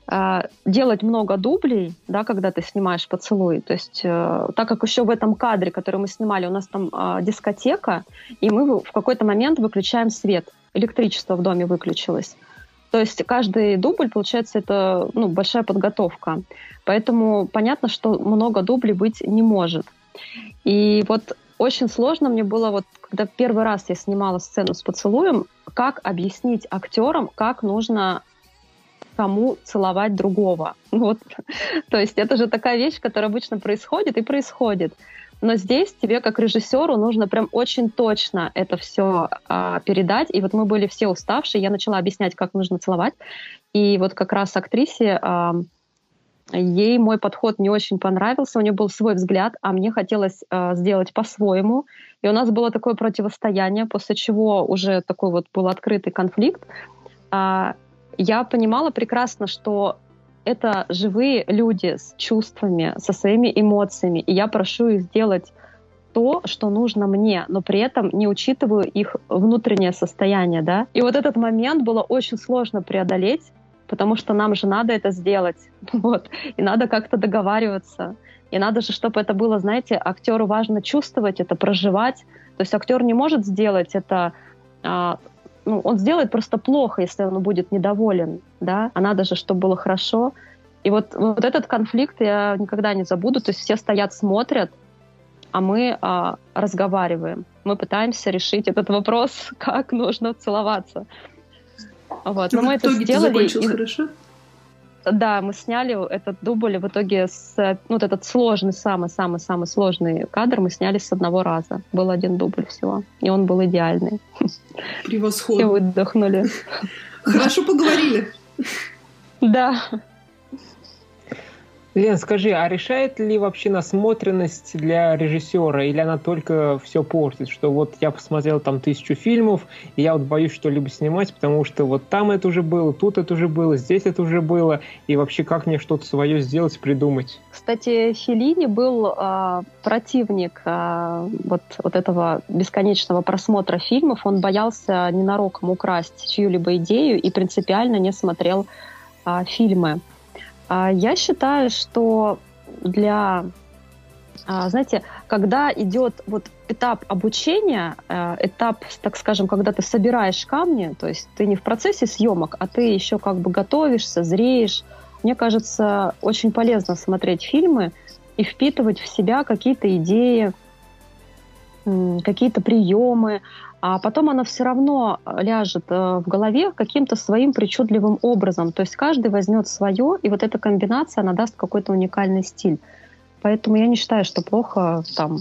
делать много дублей, да, когда ты снимаешь поцелуй. То есть, так как еще в этом кадре, который мы снимали, у нас там дискотека, и мы в какой-то момент выключаем свет. Электричество в доме выключилось. То есть каждый дубль, получается, это большая подготовка. Поэтому понятно, что много дублей быть не может. И вот очень сложно мне было, вот, когда первый раз я снимала сцену с поцелуем, как объяснить актерам, как нужно кому целовать другого. Вот. То есть это же такая вещь, которая обычно происходит и происходит. Но здесь тебе, как режиссеру, нужно прям очень точно это все передать. И вот мы были все уставшие, я начала объяснять, как нужно целовать. И вот как раз актрисе, ей мой подход не очень понравился, у нее был свой взгляд, а мне хотелось сделать по-своему. И у нас было такое противостояние, после чего уже такой вот был открытый конфликт. Я понимала прекрасно, что это живые люди с чувствами, со своими эмоциями, и я прошу их сделать то, что нужно мне, но при этом не учитываю их внутреннее состояние, да. И вот этот момент было очень сложно преодолеть, потому что нам же надо это сделать, вот, и надо как-то договариваться, и надо же, чтобы это было, знаете, актеру важно чувствовать это, проживать, то есть актер не может сделать это, он сделает просто плохо, если он будет недоволен, да, а надо же, чтобы было хорошо. И вот этот конфликт я никогда не забуду, то есть все стоят, смотрят, а мы разговариваем. Мы пытаемся решить этот вопрос, как нужно целоваться. Вот. Но мы это сделали. Закончилось хорошо? Да, мы сняли этот дубль, в итоге вот этот сложный, самый-самый-самый сложный кадр мы сняли с одного раза. Был один дубль всего, и он был идеальный. Превосходно. Все выдохнули. Хорошо поговорили. Да. Лен, скажи, а решает ли вообще насмотренность для режиссера, или она только все портит? Что вот я посмотрел там 1000 фильмов, и я вот боюсь что-либо снимать, потому что вот там это уже было, тут это уже было, здесь это уже было, и вообще как мне что-то свое сделать, придумать? Кстати, Феллини был противник вот этого бесконечного просмотра фильмов. Он боялся ненароком украсть чью-либо идею и принципиально не смотрел фильмы. Я считаю, что знаете, когда идет вот этап обучения, этап, так скажем, когда ты собираешь камни, то есть ты не в процессе съемок, а ты еще как бы готовишься, зреешь, мне кажется, очень полезно смотреть фильмы и впитывать в себя какие-то идеи, какие-то приемы, а потом она все равно ляжет в голове каким-то своим причудливым образом. То есть каждый возьмет свое, и вот эта комбинация, она даст какой-то уникальный стиль. Поэтому я не считаю, что плохо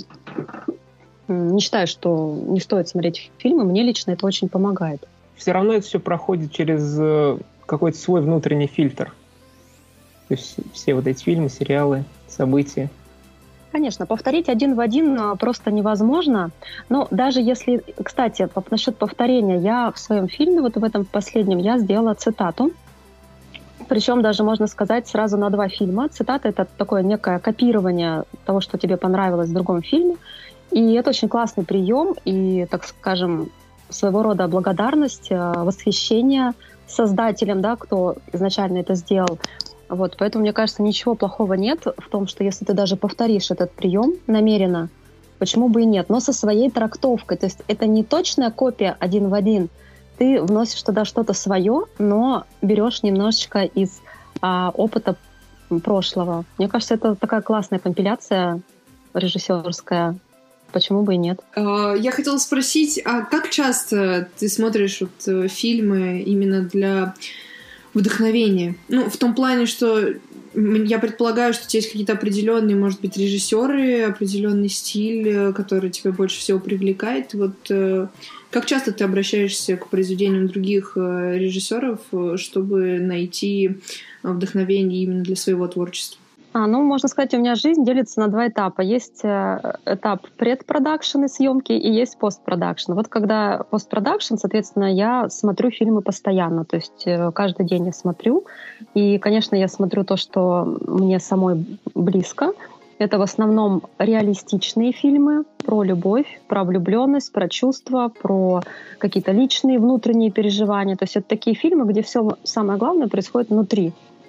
не считаю, что не стоит смотреть фильмы. Мне лично это очень помогает. Все равно это все проходит через какой-то свой внутренний фильтр. То есть все вот эти фильмы, сериалы, события. Конечно, повторить один в один просто невозможно. Но даже если, кстати, насчет повторения, я в своем фильме, вот в этом последнем, я сделала цитату. Причем даже, можно сказать, сразу на 2 фильма. Цитата — это такое некое копирование того, что тебе понравилось в другом фильме. И это очень классный прием и, так скажем, своего рода благодарность, восхищение создателям, да, кто изначально это сделал. Вот, поэтому, мне кажется, ничего плохого нет в том, что если ты даже повторишь этот прием намеренно, почему бы и нет, но со своей трактовкой. То есть это не точная копия один в один. Ты вносишь туда что-то свое, но берешь немножечко из опыта прошлого. Мне кажется, это такая классная компиляция режиссерская. Почему бы и нет? Я хотела спросить, а как часто ты смотришь вот фильмы именно для вдохновения? Ну, в том плане, что я предполагаю, что у тебя есть какие-то определенные, может быть, режиссеры, определенный стиль, который тебя больше всего привлекает. Вот как часто ты обращаешься к произведениям других режиссеров, чтобы найти вдохновение именно для своего творчества? Можно сказать, у меня жизнь делится на 2 этапа. Есть этап предпродакшн и съемки, и есть постпродакшн. Вот когда постпродакшн, соответственно, я смотрю фильмы постоянно, то есть каждый день я смотрю. И, конечно, я смотрю то, что мне самой близко. Это в основном реалистичные фильмы про любовь, про влюбленность, про чувства, про какие-то личные внутренние переживания. То есть это такие фильмы, где все самое главное происходит внутри.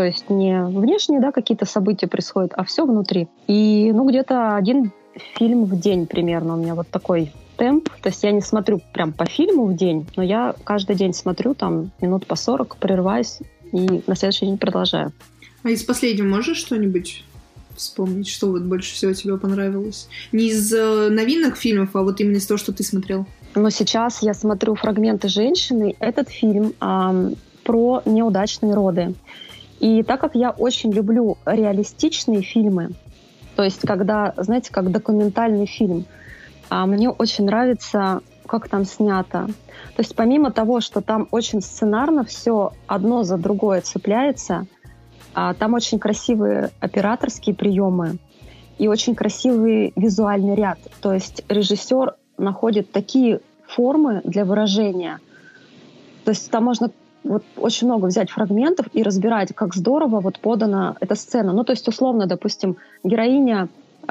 То есть не внешние, да, какие-то события происходят, а все внутри. И, где-то один фильм в день примерно у меня вот такой темп. То есть я не смотрю прям по фильму в день, но я каждый день смотрю там минут по 40, прерываюсь и на следующий день продолжаю. А из последнего можешь что-нибудь вспомнить, что вот больше всего тебе понравилось? Не из новинок фильмов, а вот именно из того, что ты смотрел. Но сейчас я смотрю «Фрагменты женщины». Этот фильм про неудачные роды. И так как я очень люблю реалистичные фильмы, то есть когда, знаете, как документальный фильм, мне очень нравится, как там снято. То есть помимо того, что там очень сценарно все одно за другое цепляется, там очень красивые операторские приемы и очень красивый визуальный ряд. То есть режиссер находит такие формы для выражения. То есть там можно вот очень много взять фрагментов и разбирать, как здорово вот подана эта сцена. То есть условно, допустим, героиня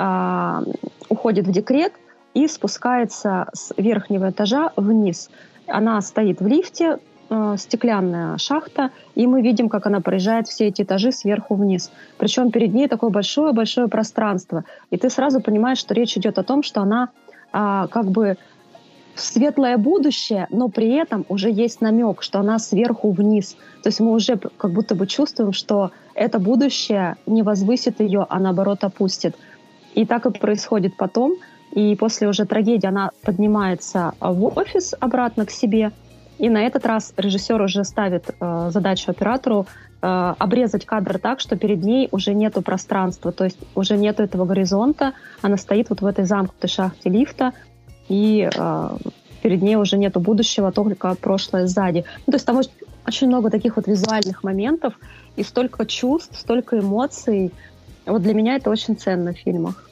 уходит в декрет и спускается с верхнего этажа вниз. Она стоит в лифте, стеклянная шахта, и мы видим, как она проезжает все эти этажи сверху вниз. Причем перед ней такое большое-большое пространство. И ты сразу понимаешь, что речь идет о том, что она как бы светлое будущее, но при этом уже есть намек, что она сверху вниз. То есть мы уже как будто бы чувствуем, что это будущее не возвысит ее, а наоборот опустит. И так и происходит потом. И после уже трагедии она поднимается в офис обратно к себе. И на этот раз режиссер уже ставит задачу оператору обрезать кадр так, что перед ней уже нету пространства, то есть уже нету этого горизонта. Она стоит вот в этой замкнутой шахте лифта, и перед ней уже нету будущего, только прошлое сзади. То есть там очень много таких вот визуальных моментов, и столько чувств, столько эмоций. Вот для меня это очень ценно в фильмах.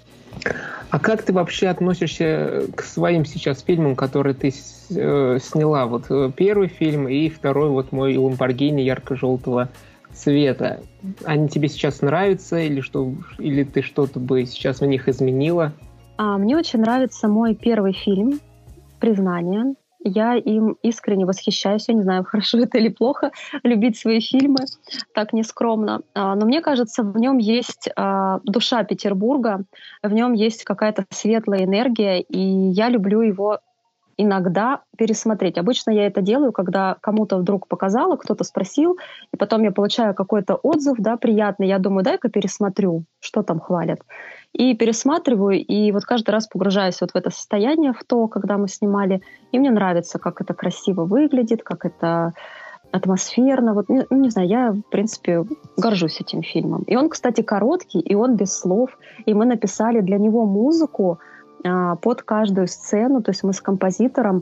А как ты вообще относишься к своим сейчас фильмам, которые ты сняла? Вот первый фильм и второй, вот мой «Ламборгини» ярко-желтого цвета. Они тебе сейчас нравятся или ты что-то бы сейчас в них изменила? Мне очень нравится мой первый фильм «Признание». Я им искренне восхищаюсь. Я не знаю, хорошо это или плохо, любить свои фильмы так нескромно. Но мне кажется, в нем есть душа Петербурга, в нем есть какая-то светлая энергия, и я люблю его иногда пересмотреть. Обычно я это делаю, когда кому-то вдруг показала, кто-то спросил, и потом я получаю какой-то отзыв, да, приятный. Я думаю, дай-ка пересмотрю, что там хвалят. И пересматриваю, и вот каждый раз погружаюсь вот в это состояние, в то, когда мы снимали. И мне нравится, как это красиво выглядит, как это атмосферно. Вот, не знаю, я, в принципе, горжусь этим фильмом. И он, кстати, короткий, и он без слов. И мы написали для него музыку под каждую сцену. То есть мы с композитором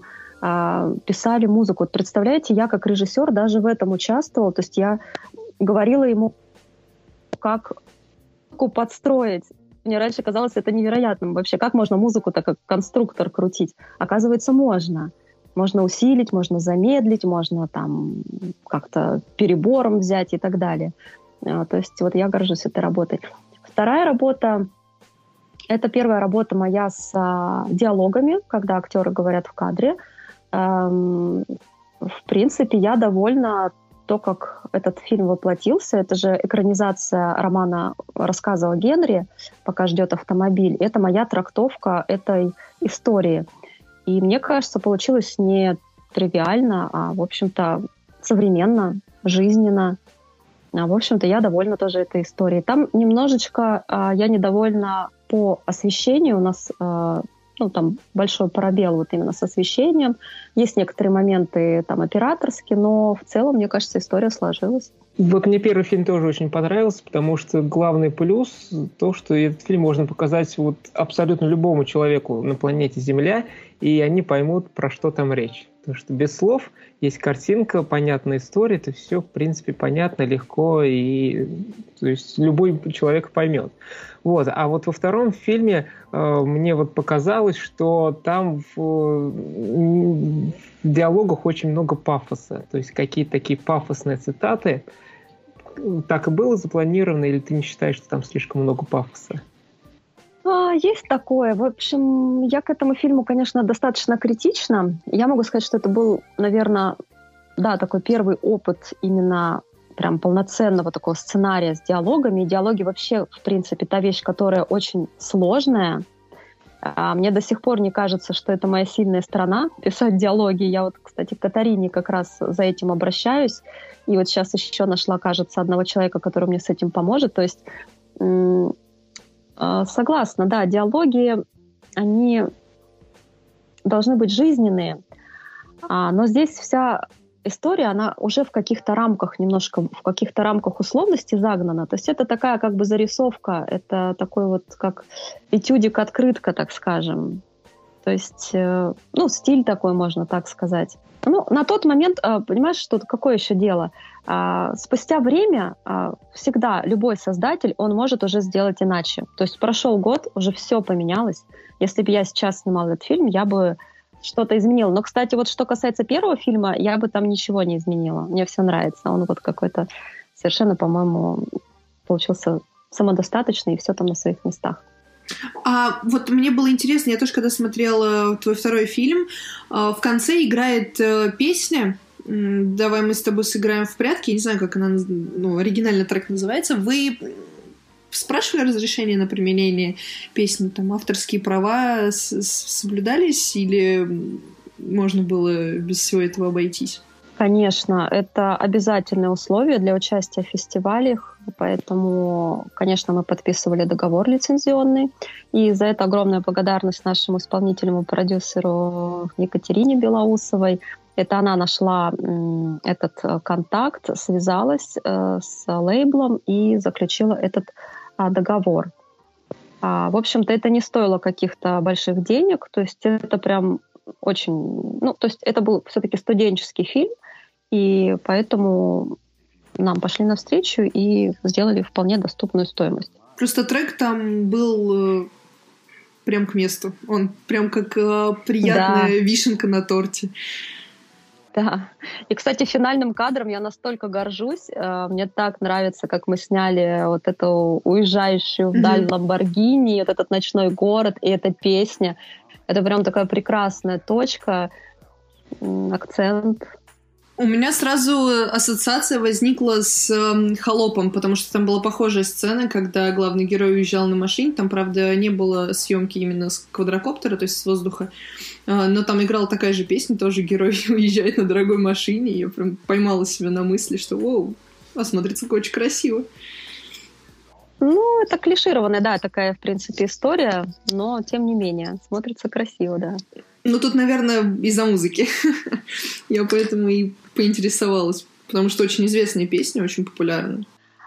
писали музыку. Вот представляете, я как режиссер даже в этом участвовала. То есть я говорила ему, как подстроить. Мне раньше казалось это невероятным вообще. Как можно музыку-то как конструктор крутить? Оказывается, можно. Можно усилить, можно замедлить, можно там как-то перебором взять и так далее. То есть вот я горжусь этой работой. Вторая работа — это первая работа моя с диалогами, когда актеры говорят в кадре. В принципе, я довольна то, как этот фильм воплотился. Это же экранизация романа, рассказа о Генри «Пока ждет автомобиль». Это моя трактовка этой истории. И мне кажется, получилось не тривиально, а, в общем-то, современно, жизненно. В общем-то, я довольна тоже этой историей. Там немножечко я недовольна по освещению. У нас там большой пробел вот именно с освещением. Есть некоторые моменты там операторские, но в целом, мне кажется, история сложилась. Вот мне первый фильм тоже очень понравился, потому что главный плюс то, что этот фильм можно показать вот абсолютно любому человеку на планете Земля, и они поймут, про что там речь. Потому что без слов есть картинка, понятная история, это все, в принципе, понятно, легко, и то есть любой человек поймет. Вот. А вот во втором фильме мне вот показалось, что там в диалогах очень много пафоса, то есть какие-то такие пафосные цитаты. Так и было запланировано, или ты не считаешь, что там слишком много пафоса? Есть такое. В общем, я к этому фильму, конечно, достаточно критична. Я могу сказать, что это был, наверное, такой первый опыт именно прям полноценного такого сценария с диалогами. И диалоги вообще, в принципе, та вещь, которая очень сложная. Мне до сих пор не кажется, что это моя сильная сторона — писать диалоги. Я вот, кстати, к Катарине как раз за этим обращаюсь. И вот сейчас еще нашла, кажется, одного человека, который мне с этим поможет. То есть согласна, да, диалоги, они должны быть жизненные. Но здесь вся история, она уже в каких-то рамках, немножко в каких-то рамках условности загнана. То есть это такая как бы зарисовка, это такой вот как этюдик-открытка, так скажем. То есть, стиль такой, можно так сказать. На тот момент, понимаешь, что какое еще дело? Спустя время всегда любой создатель, он может уже сделать иначе. То есть прошел год, уже все поменялось. Если бы я сейчас снимала этот фильм, я бы что-то изменила. Но, кстати, вот что касается первого фильма, я бы там ничего не изменила. Мне все нравится. Он вот какой-то совершенно, по-моему, получился самодостаточный, и все там на своих местах. Вот мне было интересно, я тоже когда смотрела твой второй фильм, в конце играет песня «Давай мы с тобой сыграем в прятки». Я не знаю, как она, оригинально трек называется. Вы спрашивали разрешение на применение песни? Там авторские права соблюдались или можно было без всего этого обойтись? Конечно, это обязательное условие для участия в фестивалях, поэтому, конечно, мы подписывали договор лицензионный, и за это огромная благодарность нашему исполнительному продюсеру Екатерине Белоусовой. Это она нашла этот контакт, связалась с лейблом и заключила этот договор. В общем-то, это не стоило каких-то больших денег, то есть это прям очень... то есть это был все-таки студенческий фильм, и поэтому нам пошли навстречу и сделали вполне доступную стоимость. Просто трек там был прям к месту. Он прям как приятная вишенка на торте. Да. И, кстати, финальным кадром я настолько горжусь. Мне так нравится, как мы сняли вот эту уезжающую вдаль Ламборгини, вот этот ночной город и эта песня. Это прям такая прекрасная точка, акцент. У меня сразу ассоциация возникла с «Холопом», потому что там была похожая сцена, когда главный герой уезжал на машине. Там, правда, не было съемки именно с квадрокоптера, то есть с воздуха. Но там играла такая же песня, тоже герой уезжает на дорогой машине. И я прям поймала себя на мысли, что «Воу, смотрится очень красиво». Это клишированная, да, такая, в принципе, история, но, тем не менее, смотрится красиво, да. Тут, наверное, из-за музыки. Я поэтому и поинтересовалась, потому что очень известная песня, очень популярная.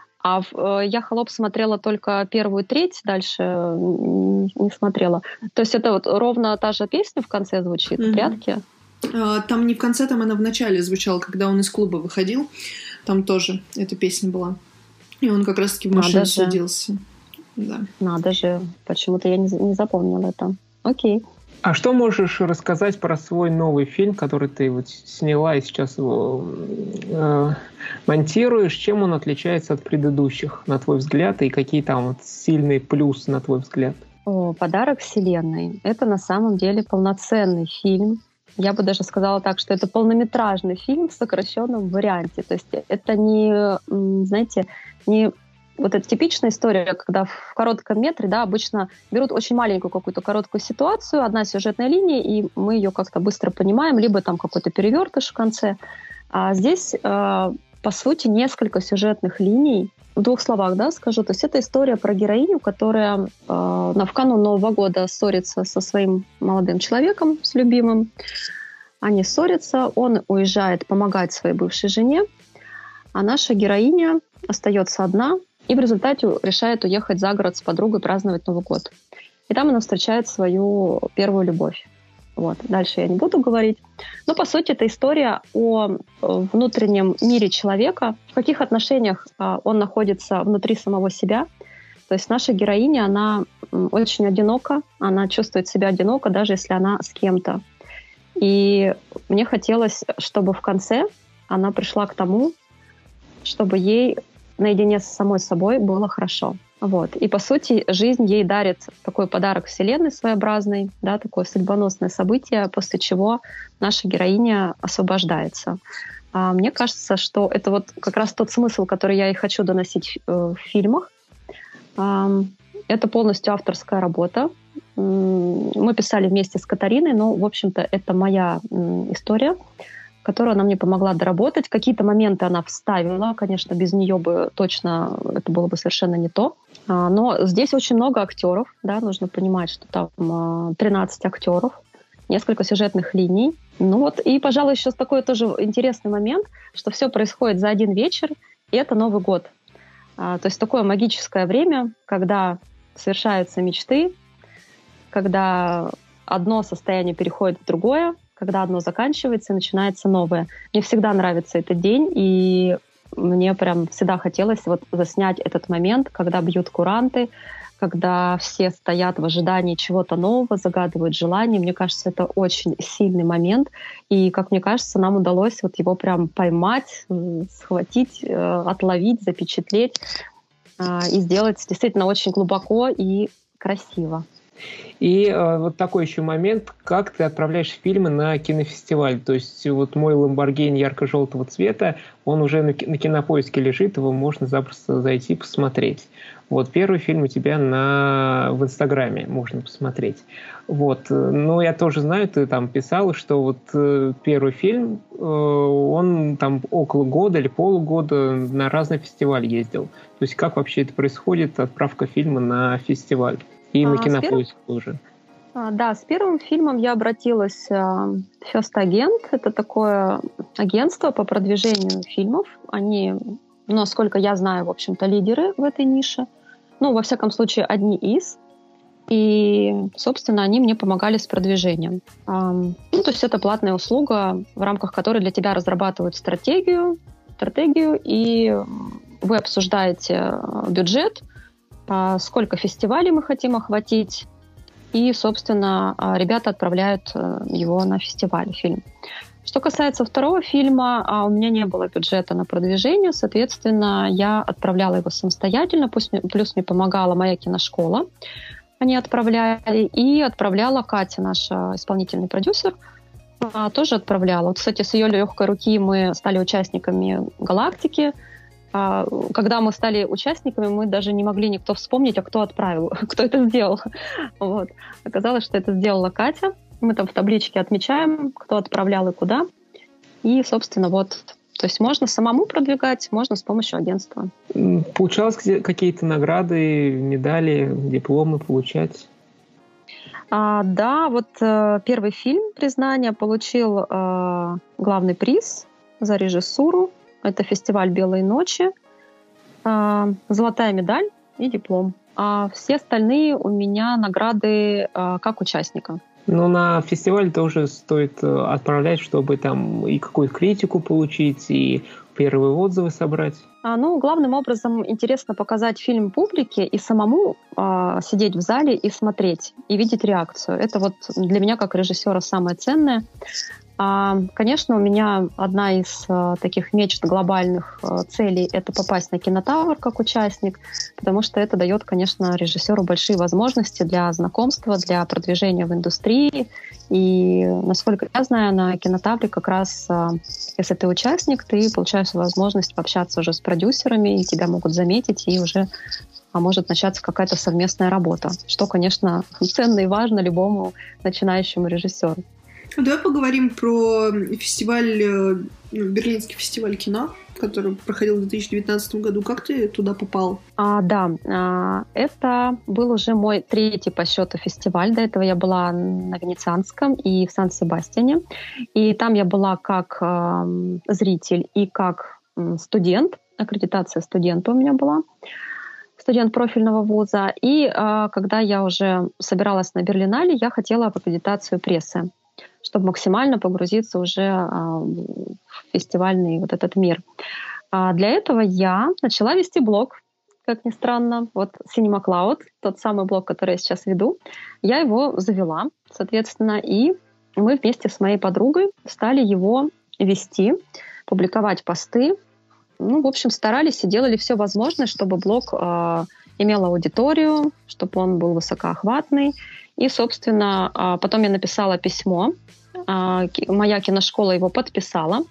Я «Холоп» смотрела только первую треть, дальше не смотрела. То есть это вот ровно та же песня в конце звучит, «Прятки»? Там не в конце, там она в начале звучала, когда он из клуба выходил. Там тоже эта песня была. И он как раз-таки в машине садился. Да. Надо же. Почему-то я не запомнила это. Окей. А что можешь рассказать про свой новый фильм, который ты вот сняла и сейчас его монтируешь? Чем он отличается от предыдущих, на твой взгляд, и какие там вот сильные плюсы, на твой взгляд? «Подарок вселенной» — это на самом деле полноценный фильм. Я бы даже сказала так, что это полнометражный фильм в сокращенном варианте. То есть это не, знаете, не вот эта типичная история, когда в коротком метре, да, обычно берут очень маленькую какую-то короткую ситуацию, одна сюжетная линия, и мы ее как-то быстро понимаем, либо там какой-то перевертыш в конце. А здесь, по сути, несколько сюжетных линий. В двух словах, да, скажу. То есть это история про героиню, которая в канун Нового года ссорится со своим молодым человеком, с любимым. Они ссорятся, он уезжает помогать своей бывшей жене, а наша героиня остается одна и в результате решает уехать за город с подругой праздновать Новый год. И там она встречает свою первую любовь. Вот. Дальше я не буду говорить. Но, по сути, это история о внутреннем мире человека, в каких отношениях он находится внутри самого себя. То есть наша героиня, она очень одинока, она чувствует себя одиноко, даже если она с кем-то. И мне хотелось, чтобы в конце она пришла к тому, чтобы ей наедине с самой собой было хорошо. Вот. И, по сути, жизнь ей дарит такой подарок Вселенной своеобразный, да, такое судьбоносное событие, после чего наша героиня освобождается. Мне кажется, что это вот как раз тот смысл, который я и хочу доносить в фильмах. Это полностью авторская работа. Мы писали вместе с Катариной, но, в общем-то, это моя история, которую она мне помогла доработать. Какие-то моменты она вставила. Конечно, без нее бы точно это было бы совершенно не то. Но здесь очень много актеров. Да, нужно понимать, что там 13 актеров, несколько сюжетных линий. Ну вот, и, пожалуй, еще такой тоже интересный момент, что все происходит за один вечер, и это Новый год. То есть такое магическое время, когда совершаются мечты, когда одно состояние переходит в другое, когда одно заканчивается и начинается новое. Мне всегда нравится этот день, и мне прям всегда хотелось вот заснять этот момент, когда бьют куранты, когда все стоят в ожидании чего-то нового, загадывают желания. Мне кажется, это очень сильный момент. И, как мне кажется, нам удалось вот его прям поймать, схватить, отловить, запечатлеть и сделать действительно очень глубоко и красиво. И вот такой еще момент, как ты отправляешь фильмы на кинофестиваль. То есть вот мой Lamborghini ярко-желтого цвета, он уже на Кинопоиске лежит, его можно запросто зайти посмотреть. Вот первый фильм у тебя в Инстаграме можно посмотреть. Вот. Но я тоже знаю, ты там писала, что вот первый фильм, он там около года или полугода на разные фестивали ездил. То есть как вообще это происходит, отправка фильма на фестиваль? И на Кинопоиск тоже. Да, с первым фильмом я обратилась в First Agent. Это такое агентство по продвижению фильмов. Они, насколько я знаю, в общем-то, лидеры в этой нише. Ну, во всяком случае, одни из. И, собственно, они мне помогали с продвижением. То есть это платная услуга, в рамках которой для тебя разрабатывают стратегию, и вы обсуждаете бюджет, сколько фестивалей мы хотим охватить, и, собственно, ребята отправляют его на фестиваль, фильм. Что касается второго фильма, у меня не было бюджета на продвижение, соответственно, я отправляла его самостоятельно, плюс мне помогала моя киношкола, они отправляли, и отправляла Катя, наша исполнительный продюсер, тоже отправляла. Вот, кстати, с ее легкой руки мы стали участниками «Галактики». Когда мы стали участниками, мы даже не могли никто вспомнить, кто отправил, кто это сделал. Вот. Оказалось, что это сделала Катя. Мы там в табличке отмечаем, кто отправлял и куда. И, собственно, вот. То есть можно самому продвигать, можно с помощью агентства. Получалось какие-то награды, медали, дипломы получать? Да, вот первый фильм «Признание» получил главный приз за режиссуру. Это фестиваль «Белые ночи», золотая медаль и диплом. А все остальные у меня награды как участника. Но на фестиваль тоже стоит отправлять, чтобы там и какую-то критику получить, и первые отзывы собрать. Главным образом интересно показать фильм публике и самому сидеть в зале и смотреть, и видеть реакцию. Это вот для меня как режиссера самое ценное. Конечно, у меня одна из таких мечт глобальных целей — это попасть на Кинотавр как участник, потому что это дает, конечно, режиссеру большие возможности для знакомства, для продвижения в индустрии. И, насколько я знаю, на Кинотавре как раз, если ты участник, ты получаешь возможность пообщаться уже с продюсерами, и тебя могут заметить, и уже может начаться какая-то совместная работа, что, конечно, ценно и важно любому начинающему режиссеру. Давай поговорим про фестиваль, Берлинский фестиваль кино, который проходил в 2019 году. Как ты туда попал? Да, это был уже мой третий по счету фестиваль. До этого я была на Венецианском и в Сан-Себастьяне. И там я была как зритель и как студент. Аккредитация студента у меня была. Студент профильного вуза. И когда я уже собиралась на Берлинале, я хотела аккредитацию прессы, чтобы максимально погрузиться уже в фестивальный вот этот мир. Для этого я начала вести блог, как ни странно. Вот Cinema Cloud, тот самый блог, который я сейчас веду, я его завела, соответственно, и мы вместе с моей подругой стали его вести, публиковать посты. В общем, старались и делали все возможное, чтобы блог имел аудиторию, чтобы он был высокоохватный. И, собственно, потом я написала письмо. Моя киношкола его подписала.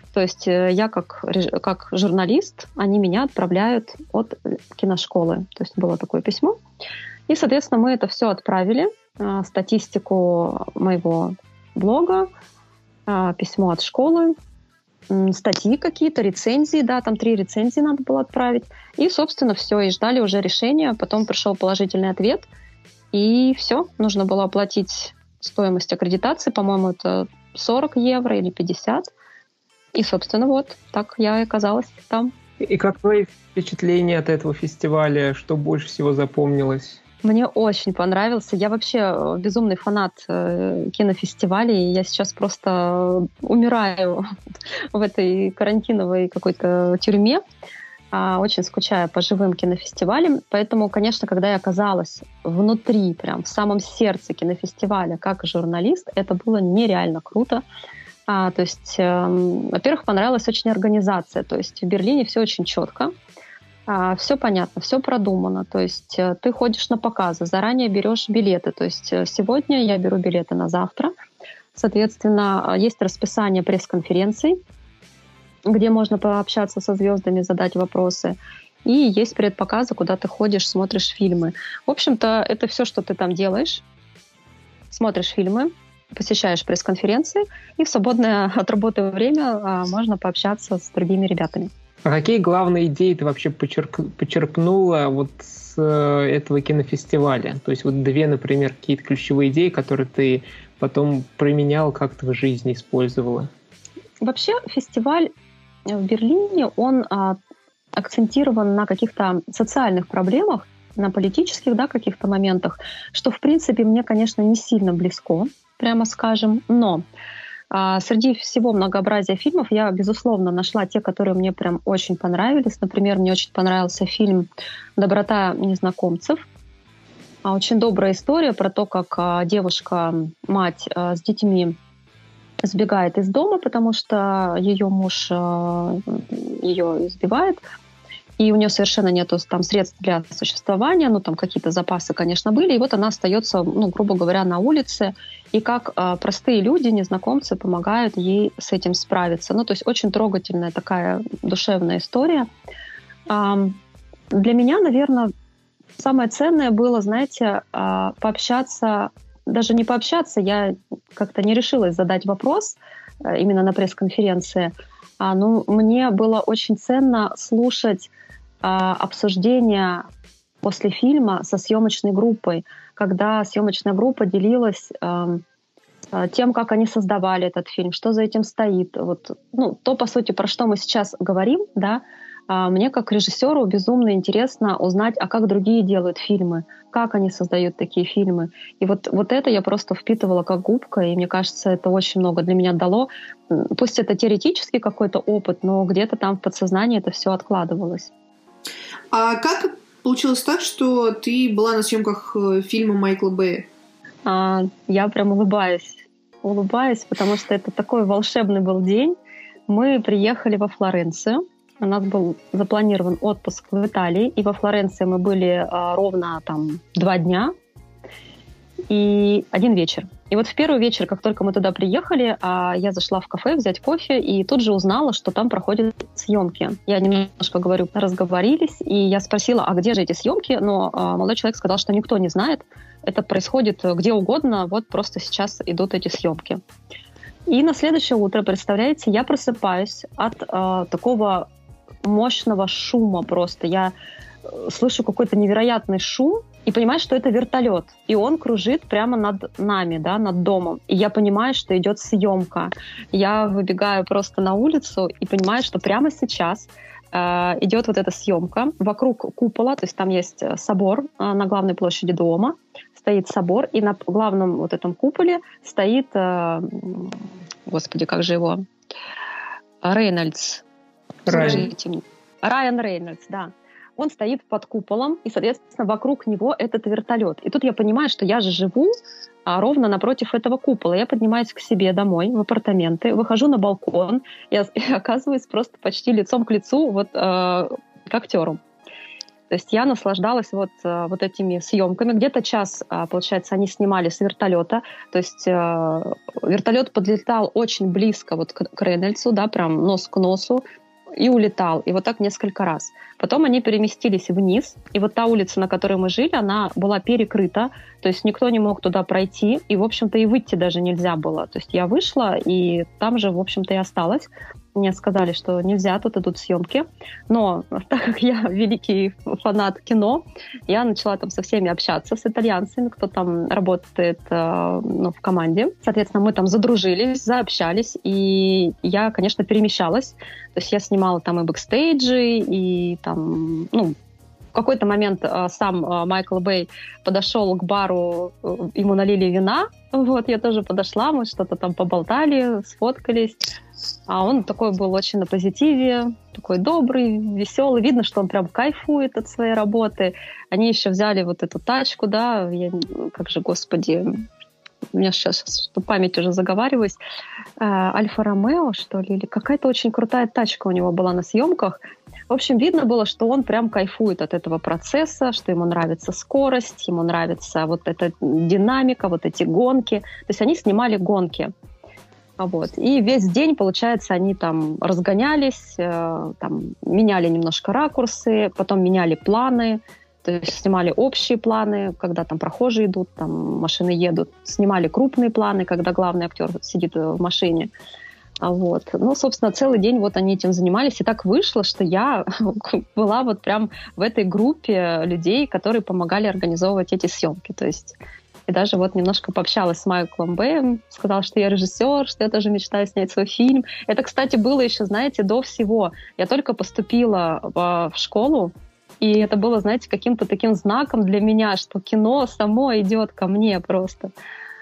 То есть я как журналист, они меня отправляют от киношколы. То есть было такое письмо. И, соответственно, мы это все отправили, статистику моего блога, письмо от школы, статьи какие-то, рецензии, да, там 3 рецензии надо было отправить. И, собственно, все, и ждали уже решения. Потом пришел положительный ответ, и все, нужно было оплатить стоимость аккредитации, по-моему, это 40 евро или 50. И, собственно, вот так я и оказалась там. И как твои впечатления от этого фестиваля? Что больше всего запомнилось? Мне очень понравился. Я вообще безумный фанат кинофестивалей. Я сейчас просто умираю в этой карантиновой какой-то тюрьме. Очень скучаю по живым кинофестивалям. Поэтому, конечно, когда я оказалась внутри, прям в самом сердце кинофестиваля, как журналист, это было нереально круто. То есть, во-первых, понравилась очень организация. То есть в Берлине все очень четко. Все понятно, все продумано. То есть ты ходишь на показы, заранее берешь билеты. То есть сегодня я беру билеты на завтра. Соответственно, есть расписание пресс-конференций, где можно пообщаться со звездами, задать вопросы. И есть предпоказы, куда ты ходишь, смотришь фильмы. В общем-то, это все, что ты там делаешь. Смотришь фильмы, посещаешь пресс-конференции, и в свободное от работы время можно пообщаться с другими ребятами. А какие главные идеи ты вообще почерпнула вот с этого кинофестиваля? То есть вот 2, например, какие-то ключевые идеи, которые ты потом применяла, как-то в жизни использовала? Вообще фестиваль в Берлине, он акцентирован на каких-то социальных проблемах, на политических, да, каких-то моментах, что, в принципе, мне, конечно, не сильно близко, прямо скажем, но среди всего многообразия фильмов я, безусловно, нашла те, которые мне прям очень понравились. Например, мне очень понравился фильм «Доброта незнакомцев». Очень добрая история про то, как девушка, мать с детьми сбегает из дома, потому что ее муж ее избивает, и у нее совершенно нету там средств для существования, ну там какие-то запасы, конечно, были, и вот она остается, ну, грубо говоря, на улице, и как простые люди, незнакомцы помогают ей с этим справиться. Ну, то есть очень трогательная такая душевная история. Для меня, наверное, самое ценное было, знаете, пообщаться, даже не пообщаться, я как-то не решилась задать вопрос именно на пресс-конференции, но мне было очень ценно слушать обсуждения после фильма со съемочной группой, когда съемочная группа делилась тем, как они создавали этот фильм, что за этим стоит. Вот, ну, то, по сути, про что мы сейчас говорим, да, мне как режиссеру безумно интересно узнать, а как другие делают фильмы, как они создают такие фильмы. И вот это я просто впитывала как губка, и мне кажется, это очень много для меня дало. Пусть это теоретический какой-то опыт, но где-то там в подсознании это все откладывалось. А как получилось так, что ты была на съемках фильма Майкла Бэя? Я прям улыбаюсь, потому что это такой волшебный был день. Мы приехали во Флоренцию. У нас был запланирован отпуск в Италии, и во Флоренции мы были ровно там 2 дня и 1 вечер. И вот в первый вечер, как только мы туда приехали, я зашла в кафе взять кофе, и тут же узнала, что там проходят съемки. Я немножко, разговорились, и я спросила, а где же эти съемки? Но молодой человек сказал, что никто не знает. Это происходит где угодно, вот просто сейчас идут эти съемки. И на следующее утро, представляете, я просыпаюсь от такого мощного шума просто. Я слышу какой-то невероятный шум и понимаю, что это вертолет. И он кружит прямо над нами, да, над домом. И я понимаю, что идет съемка. Я выбегаю просто на улицу и понимаю, что прямо сейчас идет вот эта съемка. Вокруг купола, то есть там есть собор на главной площади дома, стоит собор, и на главном вот этом куполе стоит, господи, как же его, Рейнольдс. Райан Рейнольдс, да. Он стоит под куполом, и, соответственно, вокруг него этот вертолет. И тут я понимаю, что я же живу ровно напротив этого купола. Я поднимаюсь к себе домой, в апартаменты, выхожу на балкон и оказываюсь просто почти лицом к лицу вот, к актеру. То есть я наслаждалась вот этими съемками. Где-то час, получается, они снимали с вертолета. То есть вертолет подлетал очень близко вот к Рейнольдсу, да, прям нос к носу, и улетал. И вот так несколько раз. Потом они переместились вниз. И вот та улица, на которой мы жили, она была перекрыта. То есть никто не мог туда пройти. И, в общем-то, и выйти даже нельзя было. То есть я вышла, и там же, в общем-то, и осталась. Мне сказали, что нельзя, тут идут съемки. Но так как я великий фанат кино, я начала там со всеми общаться, с итальянцами, кто там работает в команде. Соответственно, мы там задружились, заобщались, и я, конечно, перемещалась. То есть я снимала там и бэкстейджи, и там, в какой-то момент сам Майкл Бэй подошел к бару, ему налили вина, вот, я тоже подошла, мы что-то там поболтали, сфоткались. А он такой был очень на позитиве, такой добрый, веселый. Видно, что он прям кайфует от своей работы. Они еще взяли вот эту тачку, да, господи, у меня сейчас память уже заговариваюсь. Альфа Ромео, что ли, или какая-то очень крутая тачка у него была на съемках. В общем, видно было, что он прям кайфует от этого процесса, что ему нравится скорость, ему нравится вот эта динамика, вот эти гонки. То есть они снимали гонки. Вот. И весь день, получается, они там разгонялись, там, меняли немножко ракурсы, потом меняли планы, то есть снимали общие планы, когда там прохожие идут, там машины едут, снимали крупные планы, когда главный актер сидит в машине. Вот. Собственно, целый день вот они этим занимались, и так вышло, что я была вот прям в этой группе людей, которые помогали организовывать эти съемки, то есть... И даже вот немножко пообщалась с Майклом Бэем, сказала, что я режиссер, что я тоже мечтаю снять свой фильм. Это, кстати, было еще, знаете, до всего. Я только поступила в школу, и это было, знаете, каким-то таким знаком для меня, что кино само идет ко мне просто.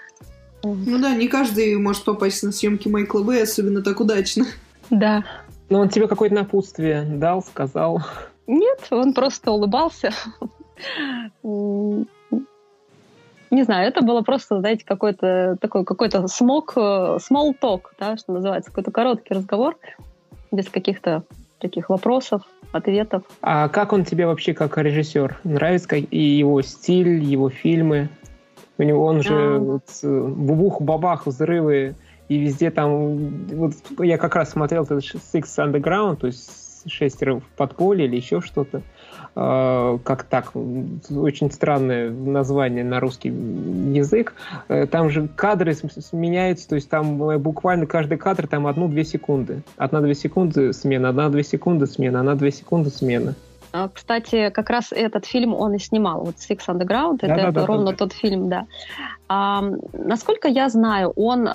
Ну да, не каждый может попасть на съемки Майкла Бэя, особенно так удачно. Да. Но он тебе какое-то напутствие дал, сказал? Нет, он просто улыбался. Не знаю, это было просто, знаете, какой-то small talk, да, что называется, какой-то короткий разговор, без каких-то таких вопросов, ответов. А как он тебе вообще как режиссер? Нравится и его стиль, его фильмы? У него он же бубух-бабах, взрывы, и везде там... Вот я как раз смотрел этот Six Underground, то есть «Шестеро в подполье» или еще что-то. Как так, очень странное название на русский язык. Там же кадры меняются, то есть там буквально каждый кадр там 1-2 секунды. 1-2 секунды смена, 1-2 секунды смена, 1-2 секунды смена. Кстати, как раз этот фильм он и снимал. Вот Six Underground, это ровно тот фильм, да. Насколько я знаю, он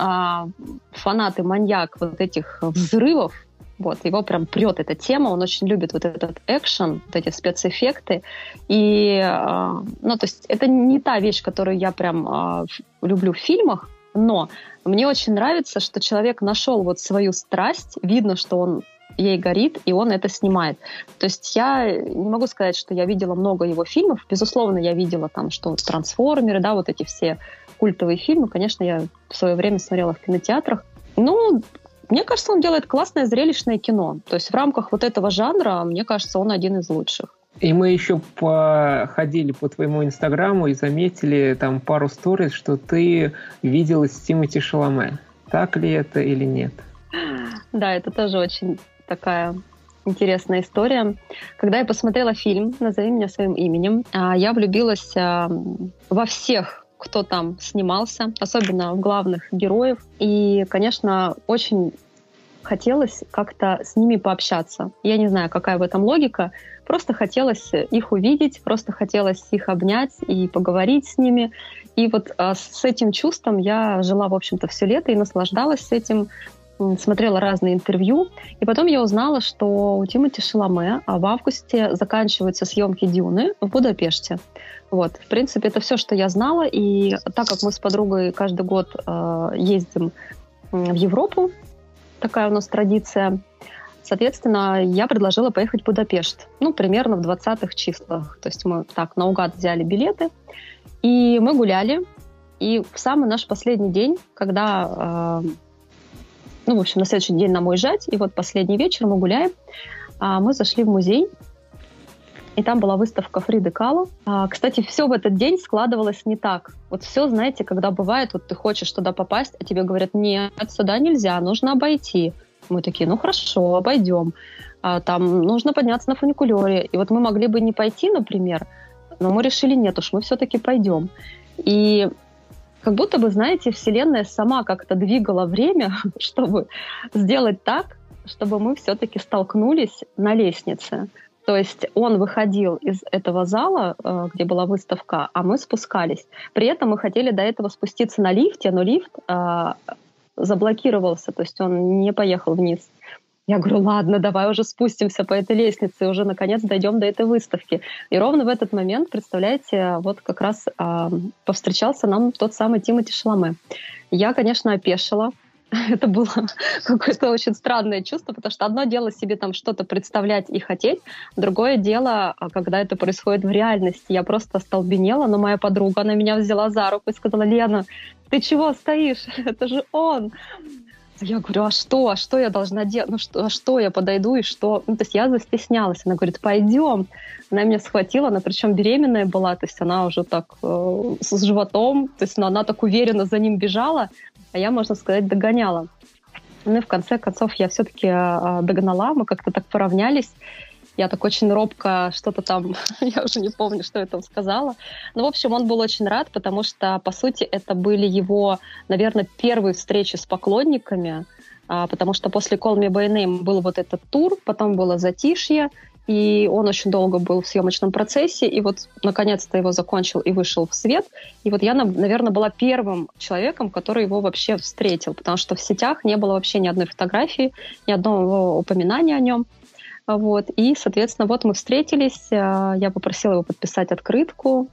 фанат и маньяк вот этих взрывов. Вот, его прям прет эта тема, он очень любит вот этот экшен, вот эти спецэффекты. И, то есть это не та вещь, которую я прям люблю в фильмах, но мне очень нравится, что человек нашел вот свою страсть, видно, что он ей горит, и он это снимает. То есть я не могу сказать, что я видела много его фильмов. Безусловно, я видела там, что «Трансформеры», да, вот эти все культовые фильмы, конечно, я в свое время смотрела в кинотеатрах. Мне кажется, он делает классное зрелищное кино. То есть в рамках вот этого жанра, мне кажется, он один из лучших. И мы еще походили по твоему инстаграму и заметили там пару сториз, что ты виделась с Тимоти Шаломе. Так ли это или нет? Да, это тоже очень такая интересная история. Когда я посмотрела фильм «Назови меня своим именем», я влюбилась во всех, кто там снимался, особенно в главных героев. И, конечно, очень хотелось как-то с ними пообщаться. Я не знаю, какая в этом логика. Просто хотелось их увидеть, просто хотелось их обнять и поговорить с ними. И вот с этим чувством я жила, в общем-то, все лето и наслаждалась этим, смотрела разные интервью. И потом я узнала, что у Тимоти Шаломе в августе заканчиваются съемки «Дюны» в Будапеште. Вот. В принципе, это все, что я знала. И так как мы с подругой каждый год ездим в Европу, такая у нас традиция, соответственно, я предложила поехать в Будапешт. Примерно в 20-х числах. То есть мы так наугад взяли билеты, и мы гуляли. И в самый наш последний день, когда... в общем, на следующий день нам уезжать, и вот последний вечер мы гуляем, мы зашли в музей, И там была выставка Фриды Кало. Кстати, все в этот день складывалось не так. Вот все, знаете, когда бывает, вот ты хочешь туда попасть, а тебе говорят, нет, сюда нельзя, нужно обойти. Мы такие, ну хорошо, обойдем. Там нужно подняться на фуникулере. И вот мы могли бы не пойти, например, но мы решили, нет уж, мы все-таки пойдем. И как будто бы, знаете, Вселенная сама как-то двигала время, чтобы сделать так, чтобы мы все-таки столкнулись на лестнице. То есть он выходил из этого зала, где была выставка, а мы спускались. При этом мы хотели до этого спуститься на лифте, но лифт заблокировался, то есть он не поехал вниз. Я говорю, ладно, давай уже спустимся по этой лестнице, уже наконец дойдем до этой выставки. И ровно в этот момент, представляете, вот как раз повстречался нам тот самый Тимоти Шаламе. Я, конечно, опешила. Это было какое-то очень странное чувство, потому что одно дело себе там что-то представлять и хотеть, другое дело, когда это происходит в реальности. Я просто остолбенела, но моя подруга, она меня взяла за руку и сказала, Лена, ты чего стоишь? Это же он! Я говорю, а что я должна делать? Ну что я подойду и что? Ну, то есть я застеснялась. Она говорит, пойдем. Она меня схватила, она причем беременная была, то есть она уже так с животом, то есть она так уверенно за ним бежала, а я, можно сказать, догоняла. Ну и в конце концов я все-таки догнала, мы как-то так поравнялись. Я так очень робко что-то там, я уже не помню, что я там сказала. Но, в общем, он был очень рад, потому что, по сути, это были его, наверное, первые встречи с поклонниками, потому что после Call Me By Name был вот этот тур, потом было «Затишье», и он очень долго был в съемочном процессе, и вот, наконец-то, его закончил и вышел в свет. И вот я, наверное, была первым человеком, который его вообще встретил, потому что в сетях не было вообще ни одной фотографии, ни одного упоминания о нем. Вот. И, соответственно, вот мы встретились, я попросила его подписать открытку.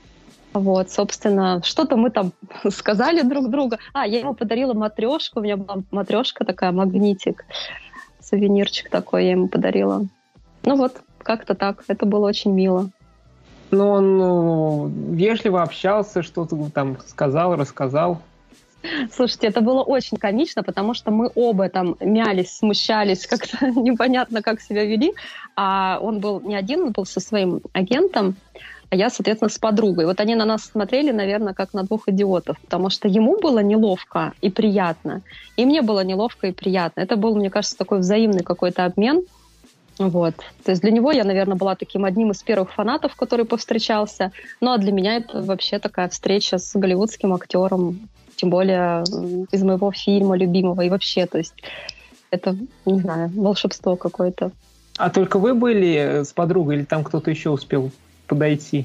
Вот, собственно, что-то мы там сказали друг другу. Я ему подарила матрешку, у меня была матрешка такая, магнитик, сувенирчик такой я ему подарила. Ну вот, как-то так, это было очень мило. Но он вежливо общался, что-то там сказал, рассказал. Слушайте, это было очень комично, потому что мы оба там мялись, смущались, как-то непонятно, как себя вели. А он был не один, он был со своим агентом, а я, соответственно, с подругой. Вот они на нас смотрели, наверное, как на двух идиотов, потому что ему было неловко и приятно, и мне было неловко и приятно. Это был, мне кажется, такой взаимный какой-то обмен. Вот. То есть для него я, наверное, была таким одним из первых фанатов, который повстречался. Ну а для меня это вообще такая встреча с голливудским актером, тем более из моего фильма любимого. И вообще, то есть это, не знаю, волшебство какое-то. А только вы были с подругой или там кто-то еще успел подойти?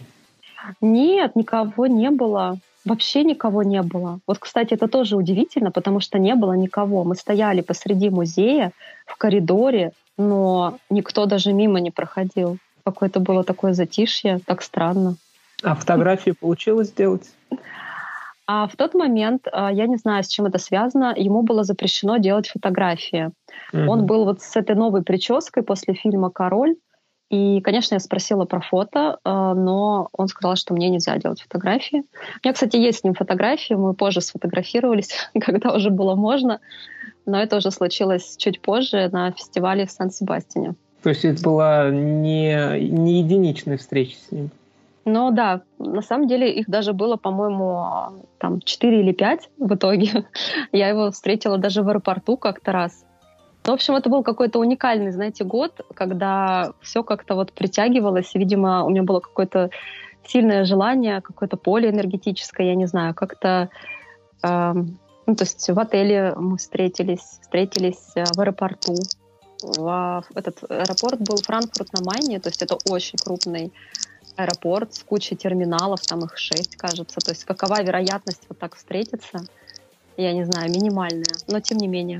Нет, никого не было. Вообще никого не было. Вот, кстати, это тоже удивительно, потому что не было никого. Мы стояли посреди музея, в коридоре, но никто даже мимо не проходил. Какое-то было такое затишье, так странно. А фотографии получилось сделать? А в тот момент, я не знаю, с чем это связано, ему было запрещено делать фотографии. Он был вот с этой новой прической после фильма «Король». И, конечно, я спросила про фото, но он сказал, что мне нельзя делать фотографии. У меня, кстати, есть с ним фотографии, мы позже сфотографировались, когда уже было можно, но это уже случилось чуть позже на фестивале в Сан-Себастьяне. То есть это была не единичная встреча с ним? Ну да, на самом деле их даже было, по-моему, там 4 или 5 в итоге. Я его встретила даже в аэропорту как-то раз. В общем, это был какой-то уникальный, знаете, год, когда все как-то вот притягивалось. Видимо, у меня было какое-то сильное желание, какое-то поле энергетическое, я не знаю, как-то... то есть в отеле мы встретились в аэропорту. Этот аэропорт был Франкфурт на Майне, то есть это очень крупный аэропорт с кучей терминалов, там их 6, кажется. То есть какова вероятность вот так встретиться? Я не знаю, минимальная, но тем не менее.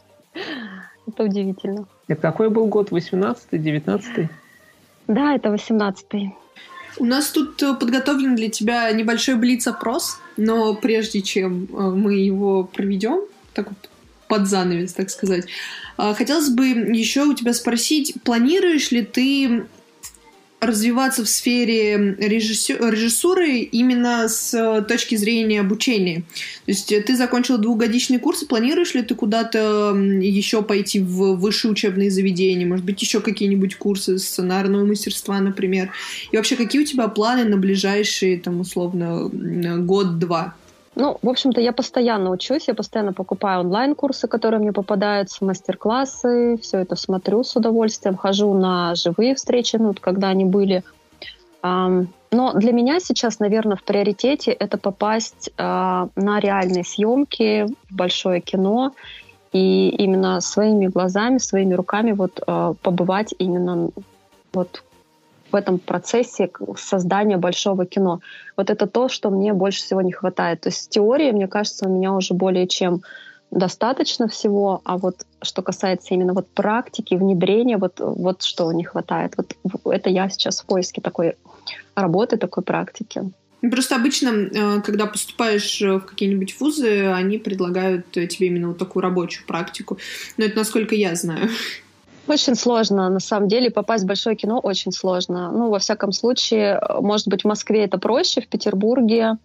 Это удивительно. Это какой был год? 18-й, 19-й? Да, это 18-й. У нас тут подготовлен для тебя небольшой блиц-опрос, но прежде чем мы его проведем, так вот под занавес, так сказать, хотелось бы еще у тебя спросить, планируешь ли ты развиваться в сфере режиссуры именно с точки зрения обучения? То есть ты закончила 2-годичный курс, и планируешь ли ты куда-то еще пойти в высшие учебные заведения? Может быть, еще какие-нибудь курсы сценарного мастерства, например? И вообще, какие у тебя планы на ближайшие, там, условно, год-два? Ну, в общем-то, я постоянно учусь, я постоянно покупаю онлайн-курсы, которые мне попадаются, мастер-классы, все это смотрю с удовольствием, хожу на живые встречи, ну, когда они были. Но для меня сейчас, наверное, в приоритете это попасть на реальные съемки, в большое кино, и именно своими глазами, своими руками вот побывать именно вот в этом процессе создания большого кино. Вот это то, что мне больше всего не хватает. То есть теории, мне кажется, у меня уже более чем достаточно всего, а вот что касается именно вот практики, внедрения, вот что не хватает. Вот это я сейчас в поиске такой работы, такой практики. Просто обычно, когда поступаешь в какие-нибудь вузы, они предлагают тебе именно вот такую рабочую практику. Но это насколько я знаю. Очень сложно, на самом деле, попасть в большое кино очень сложно. Ну, во всяком случае, может быть, в Москве это проще, в Петербурге.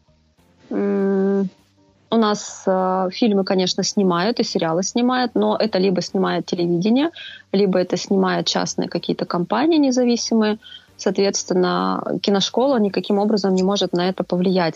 У нас фильмы, конечно, снимают и сериалы снимают, но это либо снимает телевидение, либо это снимают частные какие-то компании независимые. Соответственно, киношкола никаким образом не может на это повлиять.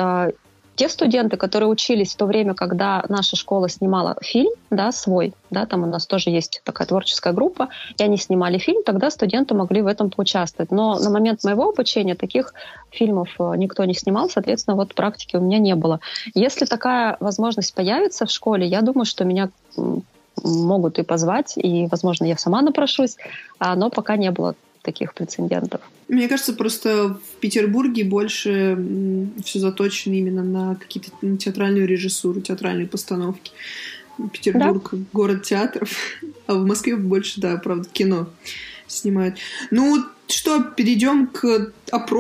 Те студенты, которые учились в то время, когда наша школа снимала фильм, да, свой, да, там у нас тоже есть такая творческая группа, и они снимали фильм, тогда студенты могли в этом поучаствовать. Но на момент моего обучения таких фильмов никто не снимал, соответственно, вот практики у меня не было. Если такая возможность появится в школе, я думаю, что меня могут и позвать, и, возможно, я сама напрошусь, но пока не было таких прецедентов. Мне кажется, просто в Петербурге больше все заточено именно на какие-то театральную режиссуру, театральные постановки. Петербург — город театров, а в Москве больше, да, правда, кино снимают. Ну, что, перейдем к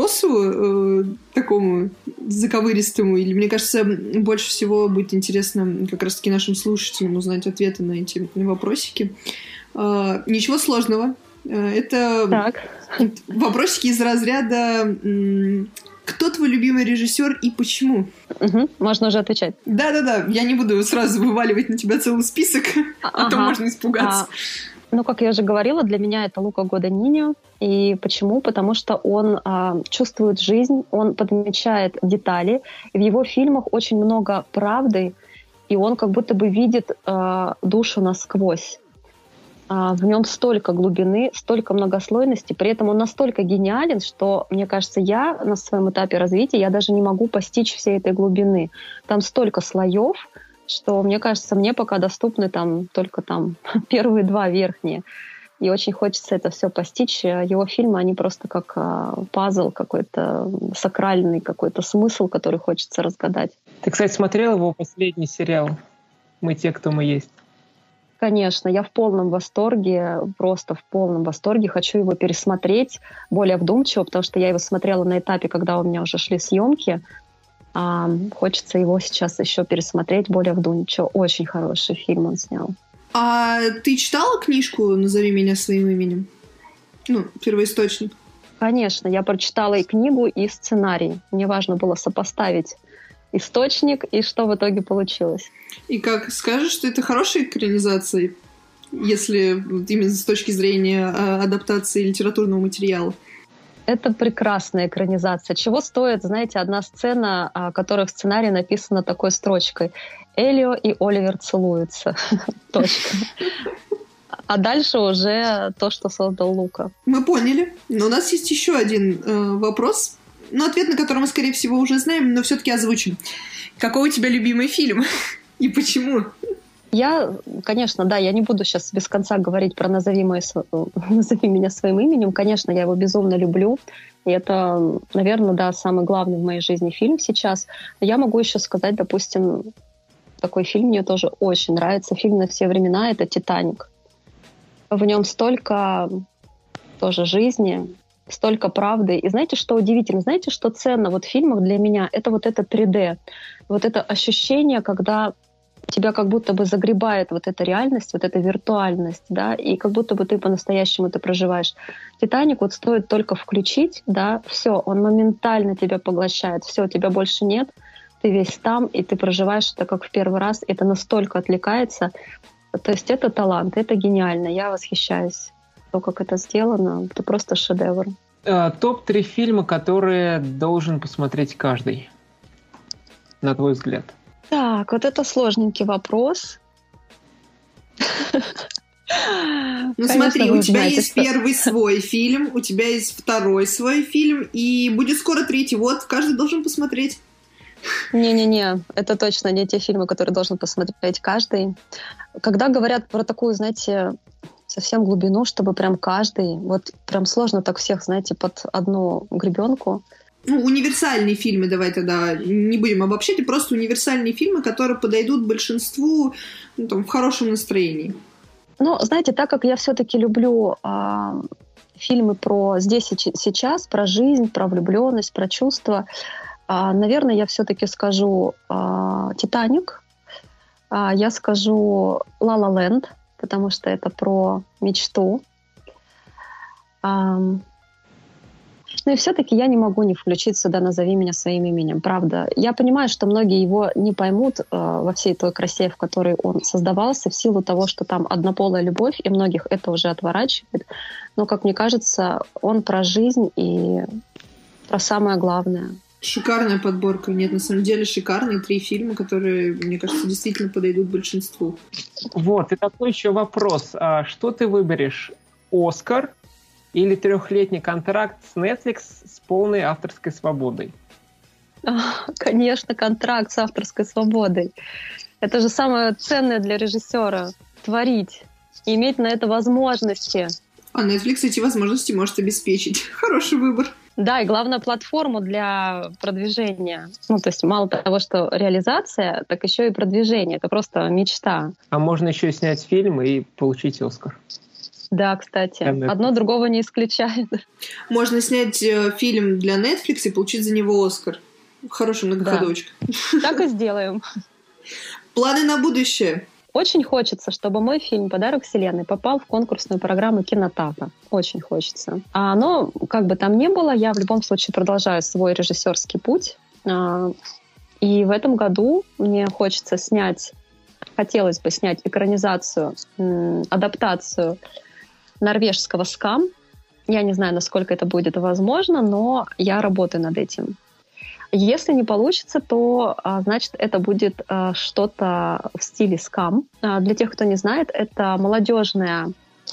опросу такому заковыристому? Или, мне кажется, больше всего будет интересно как раз-таки нашим слушателям узнать ответы на эти вопросики. Ничего сложного. Это вопросики из разряда «Кто твой любимый режиссер и почему?» Можно уже отвечать. Да-да-да, я не буду сразу вываливать на тебя целый список, а то можно испугаться. Ну, как я уже говорила, для меня это Лука Гуadagnino. И почему? Потому что он чувствует жизнь, он подмечает детали. И в его фильмах очень много правды, и он как будто бы видит душу насквозь. В нем столько глубины, столько многослойности, при этом он настолько гениален, что, мне кажется, я на своем этапе развития, я даже не могу постичь всей этой глубины. Там столько слоев, что, мне кажется, мне пока доступны только первые 2 верхние. И очень хочется это все постичь. Его фильмы, они просто как пазл какой-то, сакральный какой-то смысл, который хочется разгадать. Ты, кстати, смотрел его последний сериал «Мы те, кто мы есть»? Конечно, я в полном восторге, просто в полном восторге. Хочу его пересмотреть более вдумчиво, потому что я его смотрела на этапе, когда у меня уже шли съемки. Хочется его сейчас еще пересмотреть более вдумчиво. Очень хороший фильм он снял. А ты читала книжку «Назови меня своим именем»? Ну, первоисточник. Конечно, я прочитала и книгу, и сценарий. Мне важно было сопоставить источник и что в итоге получилось. И как скажешь, что это хорошая экранизация, если именно с точки зрения адаптации литературного материала? Это прекрасная экранизация. Чего стоит, знаете, одна сцена, о которой в сценарии написано такой строчкой: «Элио и Оливер целуются». Точка. А дальше уже то, что создал Лука. Мы поняли. Но у нас есть еще один вопрос, ответ на который мы, скорее всего, уже знаем, но все-таки озвучим. Какой у тебя любимый фильм? И почему? Я, конечно, да, я не буду сейчас без конца говорить про «Назови меня своим именем». Конечно, я его безумно люблю. И это, наверное, да, самый главный в моей жизни фильм сейчас. Но я могу еще сказать, допустим, такой фильм мне тоже очень нравится. Фильм на все времена — это «Титаник». В нем столько тоже жизни, столько правды. И знаете, что удивительно? Знаете, что ценно вот в фильмах для меня? Это вот это 3D. Вот это ощущение, когда тебя как будто бы загребает вот эта реальность, вот эта виртуальность, да, и как будто бы ты по-настоящему это проживаешь. «Титаник» вот стоит только включить, да, все, он моментально тебя поглощает, все, тебя больше нет, ты весь там, и ты проживаешь это как в первый раз, это настолько отвлекается. То есть это талант, это гениально, я восхищаюсь. То, как это сделано, это просто шедевр. Топ-3 фильма, которые должен посмотреть каждый, на твой взгляд. Так, вот это сложненький вопрос. Ну смотри, у тебя есть первый свой фильм, у тебя есть второй свой фильм, и будет скоро третий. Вот, каждый должен посмотреть. Не-не-не, это точно не те фильмы, которые должен посмотреть каждый. Когда говорят про такую, знаете, совсем глубину, чтобы прям каждый, вот прям сложно так всех, знаете, под одну гребенку. Ну, универсальные фильмы, давай тогда не будем обобщать, а просто универсальные фильмы, которые подойдут большинству, ну, там, в хорошем настроении. Ну, знаете, так как я все-таки люблю фильмы про здесь и сейчас, про жизнь, про влюбленность, про чувства, наверное, я все-таки скажу «Титаник», я скажу «Ла Ла Ленд», потому что это про мечту. Ну и все-таки я не могу не включить сюда «Назови меня своим именем», правда. Я понимаю, что многие его не поймут во всей той красе, в которой он создавался, в силу того, что там однополая любовь, и многих это уже отворачивает. Но, как мне кажется, он про жизнь и про самое главное. Шикарная подборка. Нет, на самом деле шикарные 3 фильма, которые, мне кажется, действительно подойдут большинству. Вот, и такой еще вопрос. Что ты выберешь? «Оскар» или 3-летний контракт с Netflix с полной авторской свободой? Конечно, контракт с авторской свободой. Это же самое ценное для режиссера — творить и иметь на это возможности. А Netflix эти возможности может обеспечить. Хороший выбор. Да, и главное, платформу для продвижения. Ну, то есть мало того, что реализация, так еще и продвижение. Это просто мечта. А можно еще снять фильм и получить «Оскар». Да, кстати. Одно другого не исключает. Можно снять фильм для Netflix и получить за него «Оскар». Хорошая многоходовочка. Да. Так и сделаем. Планы на будущее? Очень хочется, чтобы мой фильм «Подарок Вселенной» попал в конкурсную программу Кинотапа. Очень хочется. Но, как бы там ни было, я в любом случае продолжаю свой режиссерский путь. И в этом году мне хотелось бы снять экранизацию, адаптацию норвежского «Скам». Я не знаю, насколько это будет возможно, но я работаю над этим. Если не получится, то, значит, это будет что-то в стиле «Скам». Для тех, кто не знает, это молодежный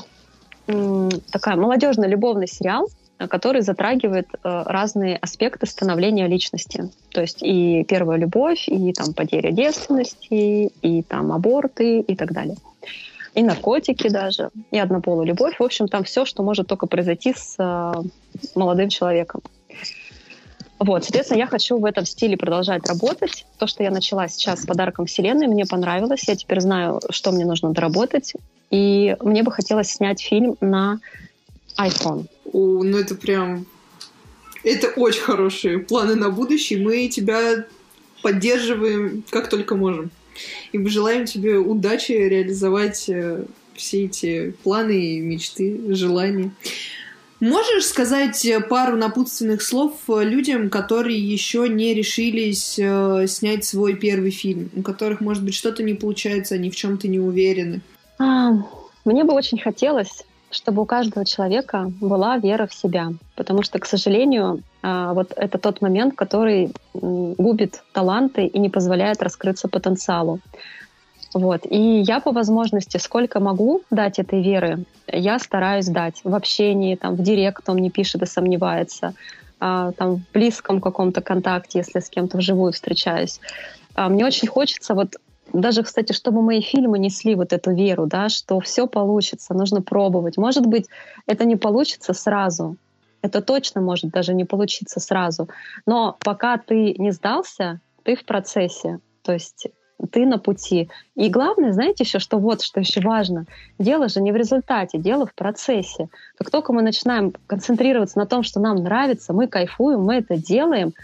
любовный сериал, который затрагивает разные аспекты становления личности. То есть и первая любовь, и там потеря девственности, и там аборты, и так далее. И наркотики даже, и однополая любовь. В общем, там все, что может только произойти с молодым человеком. Вот, соответственно, я хочу в этом стиле продолжать работать. То, что я начала сейчас с «Подарком Вселенной», мне понравилось. Я теперь знаю, что мне нужно доработать. И мне бы хотелось снять фильм на iPhone. Ну это прям... Это очень хорошие планы на будущее. Мы тебя поддерживаем как только можем. И мы желаем тебе удачи реализовать все эти планы, мечты, желания. Можешь сказать пару напутственных слов людям, которые еще не решились снять свой первый фильм, у которых, может быть, что-то не получается, они в чем-то не уверены? Мне бы очень хотелось, чтобы у каждого человека была вера в себя, потому что, к сожалению, вот это тот момент, который губит таланты и не позволяет раскрыться потенциалу. Вот. И я по возможности, сколько могу дать этой веры, я стараюсь дать в общении, там, в директ, кто мне пишет и сомневается, там, в близком каком-то контакте, если с кем-то вживую встречаюсь. Мне очень хочется вот даже, кстати, чтобы мои фильмы несли вот эту веру, да, что все получится, нужно пробовать. Может быть, это не получится сразу, это точно может даже не получиться сразу, но пока ты не сдался, ты в процессе, то есть ты на пути. И главное, знаете еще, что вот, что еще важно, дело же не в результате, дело в процессе. Как только мы начинаем концентрироваться на том, что нам нравится, мы кайфуем, мы это делаем,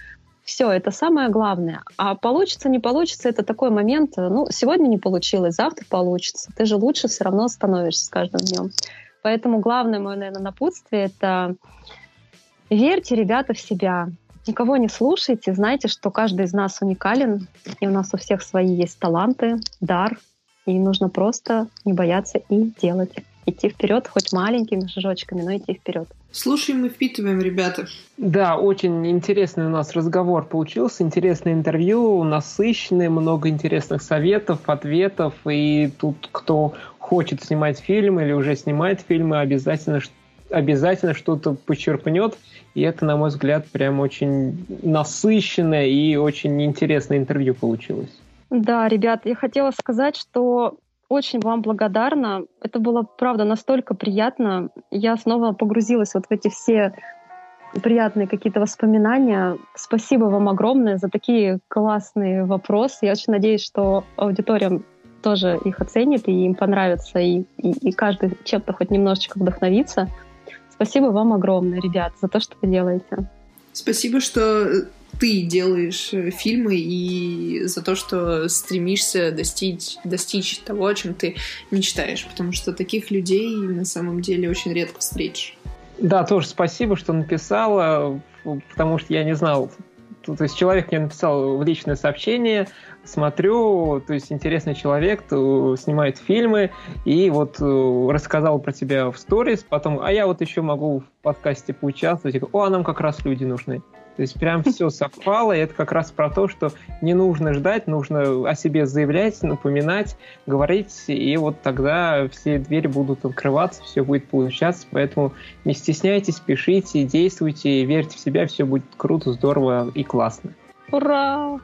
Все, это самое главное. А получится, не получится, это такой момент, ну, сегодня не получилось, завтра получится. Ты же лучше все равно становишься с каждым днем. Поэтому главное мое, наверное, напутствие — это верьте, ребята, в себя. Никого не слушайте, знайте, что каждый из нас уникален, и у нас у всех свои есть таланты, дар, и нужно просто не бояться и делать. Идти вперед, хоть маленькими шажочками, но идти вперед. Слушаем и впитываем, ребята. Да, очень интересный у нас разговор получился, интересное интервью, насыщенное, много интересных советов, ответов. И тут, кто хочет снимать фильмы или уже снимает фильмы, обязательно что-то почерпнет. И это, на мой взгляд, прям очень насыщенное и очень интересное интервью получилось. Да, ребят, я хотела сказать, что очень вам благодарна. Это было, правда, настолько приятно. Я снова погрузилась вот в эти все приятные какие-то воспоминания. Спасибо вам огромное за такие классные вопросы. Я очень надеюсь, что аудитория тоже их оценит, и им понравится, и каждый чем-то хоть немножечко вдохновится. Спасибо вам огромное, ребят, за то, что вы делаете. Спасибо, что ты делаешь фильмы, и за то, что стремишься достичь того, о чем ты мечтаешь, потому что таких людей на самом деле очень редко встретишь. Да, тоже спасибо, что написала, потому что я не знал. То есть человек мне написал в личное сообщение, смотрю, то есть интересный человек, снимает фильмы, и вот рассказал про тебя в сторис, потом, а я вот еще могу в подкасте поучаствовать, и говорю, а нам как раз люди нужны. То есть прям все совпало, и это как раз про то, что не нужно ждать, нужно о себе заявлять, напоминать, говорить, и вот тогда все двери будут открываться, все будет получаться, поэтому не стесняйтесь, пишите, действуйте, верьте в себя, все будет круто, здорово и классно. Ура!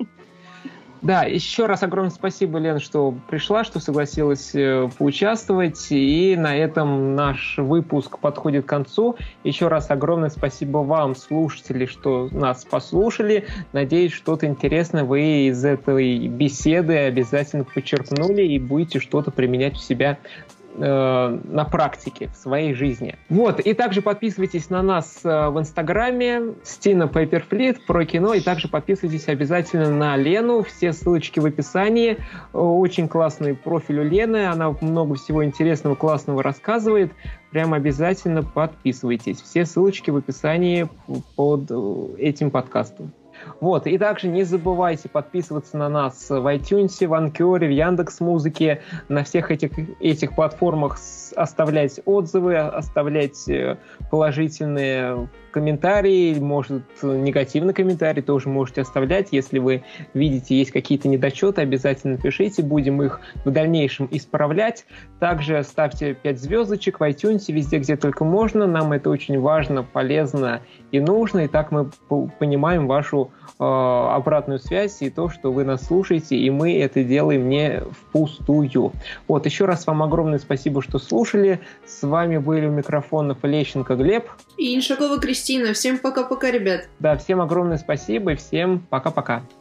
Да, еще раз огромное спасибо, Лен, что пришла, что согласилась поучаствовать. И на этом наш выпуск подходит к концу. Еще раз огромное спасибо вам, слушатели, что нас послушали. Надеюсь, что-то интересное вы из этой беседы обязательно почерпнули и будете что-то применять у себя на практике в своей жизни. Вот, и также подписывайтесь на нас в Инстаграме Стина Пейперфлит про кино, и также подписывайтесь обязательно на Лену, все ссылочки в описании. Очень классный профиль у Лены, она много всего интересного, классного рассказывает. Прям обязательно подписывайтесь. Все ссылочки в описании под этим подкастом. Вот, и также не забывайте подписываться на нас в iTunes, в Anchor, в Яндекс.Музыке, на всех этих платформах оставлять отзывы, оставлять положительные комментарии, может, негативный комментарий тоже можете оставлять. Если вы видите, есть какие-то недочеты, обязательно пишите, будем их в дальнейшем исправлять. Также ставьте 5 звездочек в iTunes, везде, где только можно. Нам это очень важно, полезно и нужно. И так мы понимаем вашу обратную связь и то, что вы нас слушаете, и мы это делаем не впустую. Вот, еще раз вам огромное спасибо, что слушали. С вами были у микрофонов Лещенко Глеб и Иншакова Кристина. Всем пока-пока, ребят. Да, всем огромное спасибо и всем пока-пока.